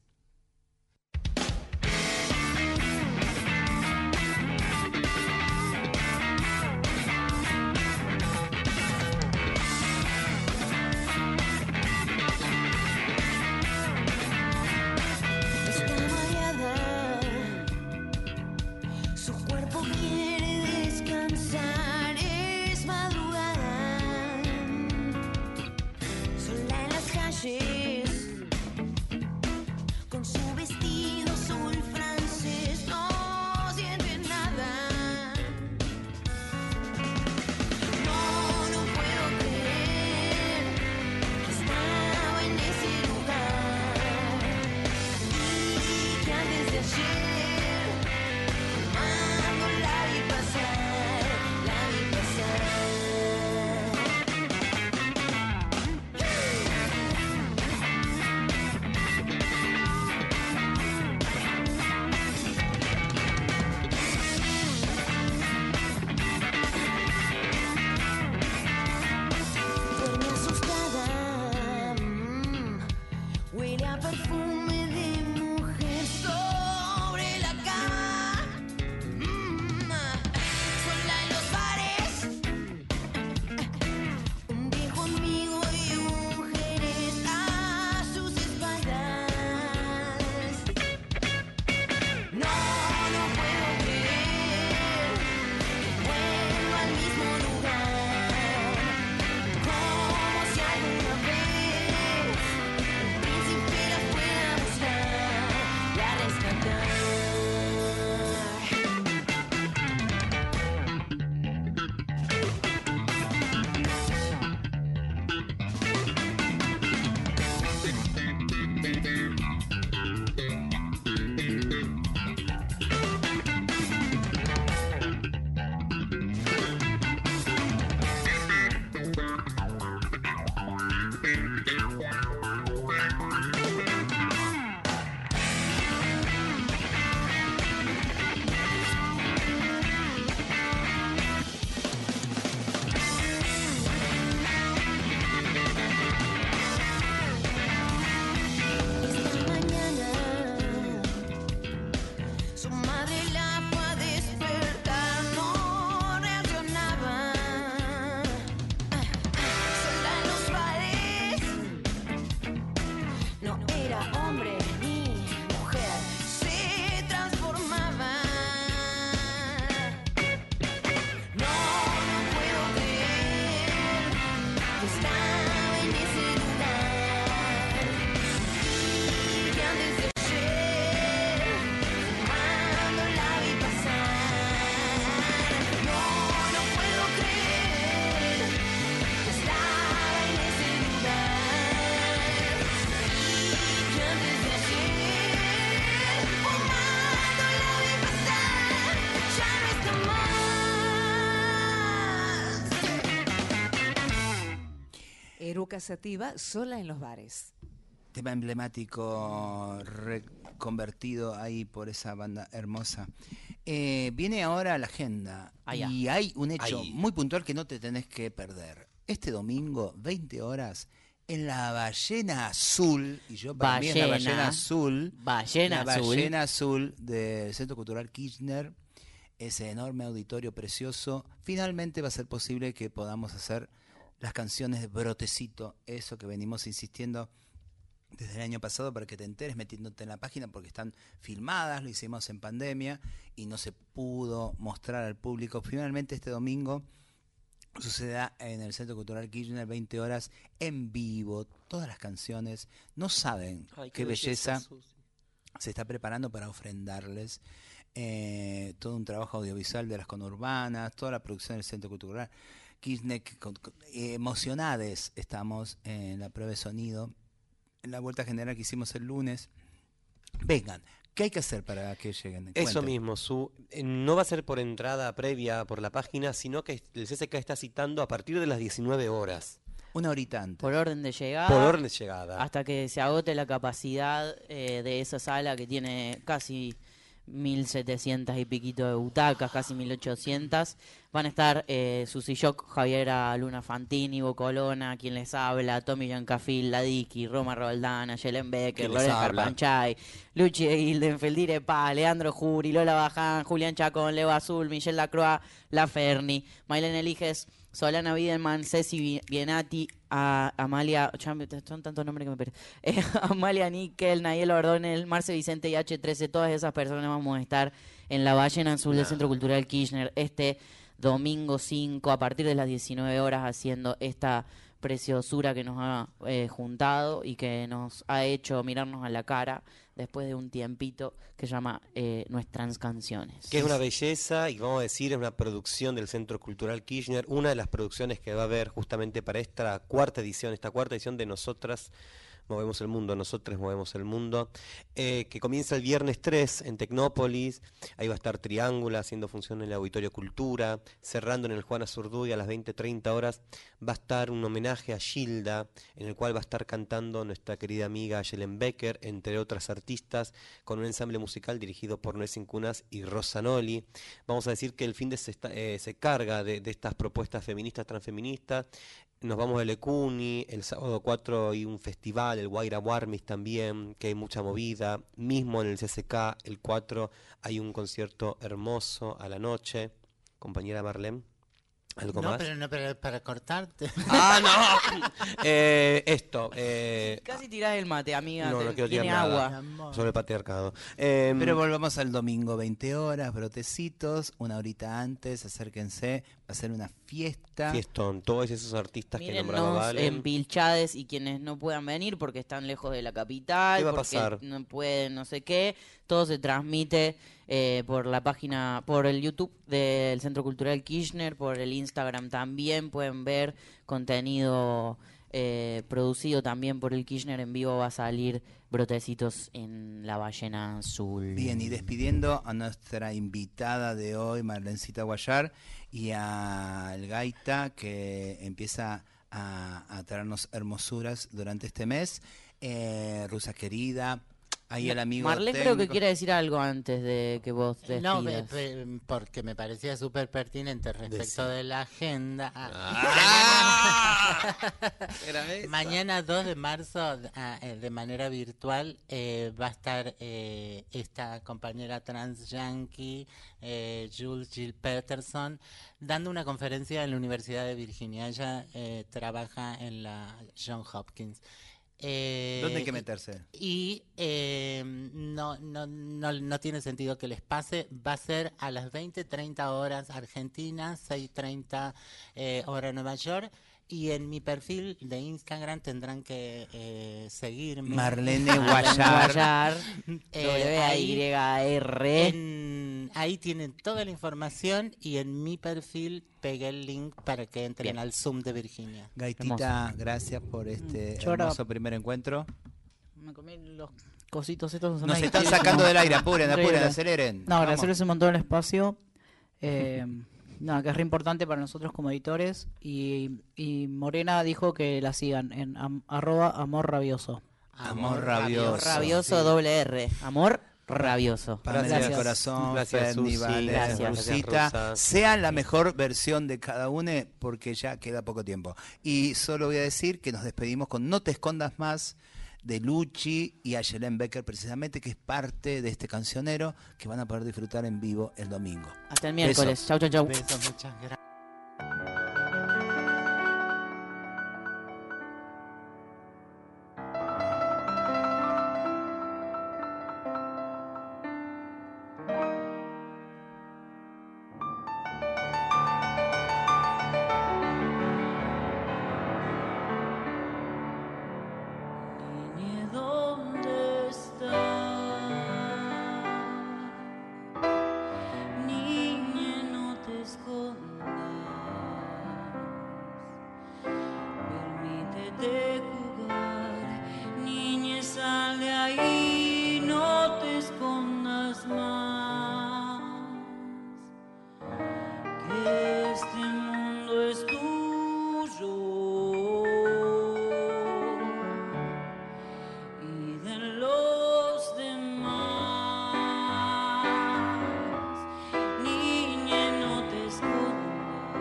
Eruca Sativa, sola en los bares. Tema emblemático reconvertido ahí por esa banda hermosa. Eh, viene ahora la agenda Ah, ya. y hay un hecho Ahí. muy puntual que no te tenés que perder. Este domingo, veinte horas, en la Ballena Azul, y yo para mí es la Ballena. Ballena Azul, Ballena la Azul. Ballena Azul del Centro Cultural Kirchner, ese enorme auditorio precioso. Finalmente va a ser posible que podamos hacer las canciones de Brotecito, eso que venimos insistiendo desde el año pasado para que te enteres metiéndote en la página porque están filmadas, lo hicimos en pandemia y no se pudo mostrar al público. Finalmente este domingo sucederá en el Centro Cultural Kirchner, veinte horas, en vivo, todas las canciones. No saben Ay, qué, belleza, Susi. se está preparando para ofrendarles. Eh, todo un trabajo audiovisual de las conurbanas, toda la producción del Centro Cultural Kirchner, con- con- eh, emocionades estamos en la prueba de sonido, en la vuelta general que hicimos el lunes. Vengan, ¿qué hay que hacer para que lleguen? Eso Cuenten. mismo, Su. Eh, No va a ser por entrada previa por la página, sino que el C S K está citando a partir de las diecinueve horas. Una horita antes. Por orden de llegada. Por orden de llegada. Hasta que se agote la capacidad eh, de esa sala que tiene casi mil setecientas y piquito de butacas, casi mil ochocientas. Van a estar eh, Susi Shock, Javiera Luna Fantini, Bocolona, quien les habla, Tommy Giancafil, Ladiki, Roma Roldana, Yelen Becker, Quien les Lorenzo habla. Carpanchay, Luchi Gildenfeld, Dire Paz, Leandro Juri, Lola Baján, Julián Chacón, Leo Azul, Michelle Lacroix, La Ferni, Maylene Eliges, Solana Wiedemann, Ceci Vi- Bienati, a Amalia, ya me- son tantos nombres que me perdí. Eh, Amalia Níquel, Nayel Ordóñez, Marce Vicente y H trece, todas esas personas vamos a estar en la Ballena Azul del Nah. Centro Cultural Kirchner este domingo cinco a partir de las diecinueve horas haciendo esta preciosura que nos ha eh, juntado y que nos ha hecho mirarnos a la cara después de un tiempito que se llama eh, Nuestras Canciones. Que es una belleza y vamos a decir es una producción del Centro Cultural Kirchner, una de las producciones que va a haber justamente para esta cuarta edición, esta cuarta edición de Nosotras Movemos el Mundo, Nosotros Movemos el Mundo, eh, que comienza el viernes tres en Tecnópolis. Ahí va a estar Triángula haciendo función en el Auditorio Cultura, cerrando en el Juan Azurduy a las veinte treinta horas. Va a estar un homenaje a Gilda, en el cual va a estar cantando nuestra querida amiga Yelen Becker, entre otras artistas, con un ensamble musical dirigido por Noé Cincunas y Rosa Noli. Vamos a decir que el fin de se, está- eh, se carga de, de estas propuestas feministas, transfeministas. Nos vamos a Lecuni, el sábado cuatro hay un festival, el Guaira Warmis también, que hay mucha movida. Mismo en el C S K, el cuatro hay un concierto hermoso a la noche. Compañera Marlene, ¿algo no, más? pero no, pero para cortarte. ¡Ah, no! Eh, esto. Eh, Casi tirás el mate, amiga. no, te- no quiero tiene tirar agua. nada sobre el patriarcado. Eh, Pero volvamos al domingo, veinte horas, Brotecitos, una horita antes, acérquense, va a ser una fiesta. Fiestón, todos esos artistas que nombraba Mírennos Valen. en Pilchades y quienes no puedan venir porque están lejos de la capital, ¿Qué va a porque pasar? no pueden, no sé qué. Todo se transmite eh, por la página, por el YouTube del Centro Cultural Kirchner, por el Instagram también pueden ver contenido eh, producido también por el Kirchner en vivo. Va a salir Brotecitos en la Ballena Azul. Bien, y despidiendo a nuestra invitada de hoy, Marlencita Guayar, y al Gaita, que empieza a, a traernos hermosuras durante este mes. Eh, Rusa querida, ahí el amigo Marlene creo que técnico. quiere decir algo antes de que vos te No, despidas. pe- pe- porque me parecía súper pertinente respecto Decí. de la agenda. Ah. Era esa. Mañana dos de marzo, ah, eh, de manera virtual, eh, va a estar eh, esta compañera trans yankee, eh, Jules Jill Peterson, dando una conferencia en la Universidad de Virginia. Ella eh, trabaja en la Johns Hopkins. Eh, ¿Dónde hay que meterse? Y eh, no, no, no, no tiene sentido que les pase. Va a ser a las veinte treinta horas Argentina, seis treinta eh, hora Nueva York. Y en mi perfil de Instagram tendrán que eh, seguirme. Marlene Guayar. Guayar, Eh, W A Y R. en- ahí tienen toda la información y en mi perfil pegué el link para que entren Bien. al Zoom de Virginia. Gaitita, gracias por este Yo ahora- hermoso primer encuentro. Me comí los cositos estos. son Nos increíbles. están sacando del aire, apuren, apuren, Increíble. aceleren. No, Vamos. agradecerles un montón el espacio. Eh, nada, que es re importante para nosotros como editores. Y, y Morena dijo que la sigan en am, arroba amor rabioso. Amor rabioso. Rabioso, doble R. Amor rabioso. Pamela Gracias. del Corazón, Gracias, Ferni, Susi. Vale, Gracias. Rusita. Gracias, Sean la mejor versión de cada uno porque ya queda poco tiempo. Y solo voy a decir que nos despedimos con No te escondas más de Luchi y Ayelen Becker, precisamente, que es parte de este cancionero que van a poder disfrutar en vivo el domingo. Hasta el miércoles. Chau, chau, chau. Besos, muchas gracias. Niñe, ¿dónde estás? Niñe, no te escondas. Permítete jugar. Niñe, sal de ahí, no te escondas más. Que este mundo es tuyo. Y de los demás. Niña, no te escondas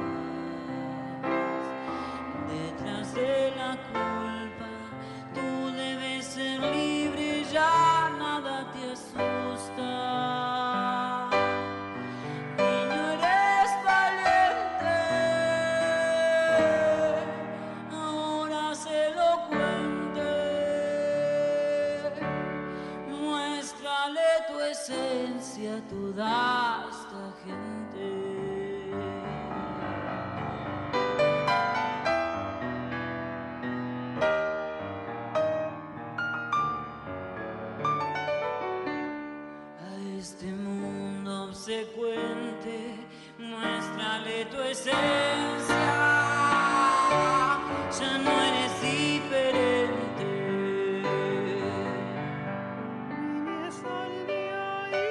detrás de la culpa. Tú debes ser libre, ya nada te asusta. Niño, eres valiente, ahora se lo cuente. Muéstrale tu esencia, toda esta gente. A este mundo obsecuente, muéstrale tu esencia. Ya no eres diferente. Niña, sal de ahí,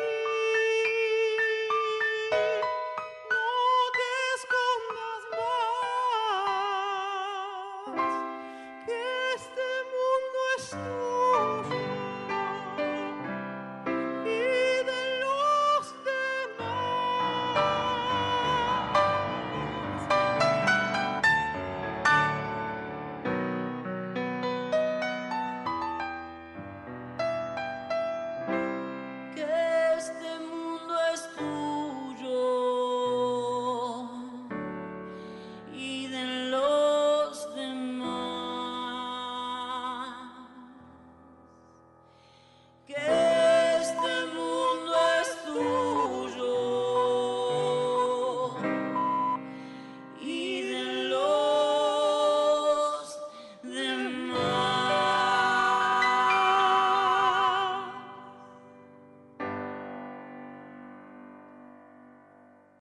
no te escondas más, que este mundo es tuyo.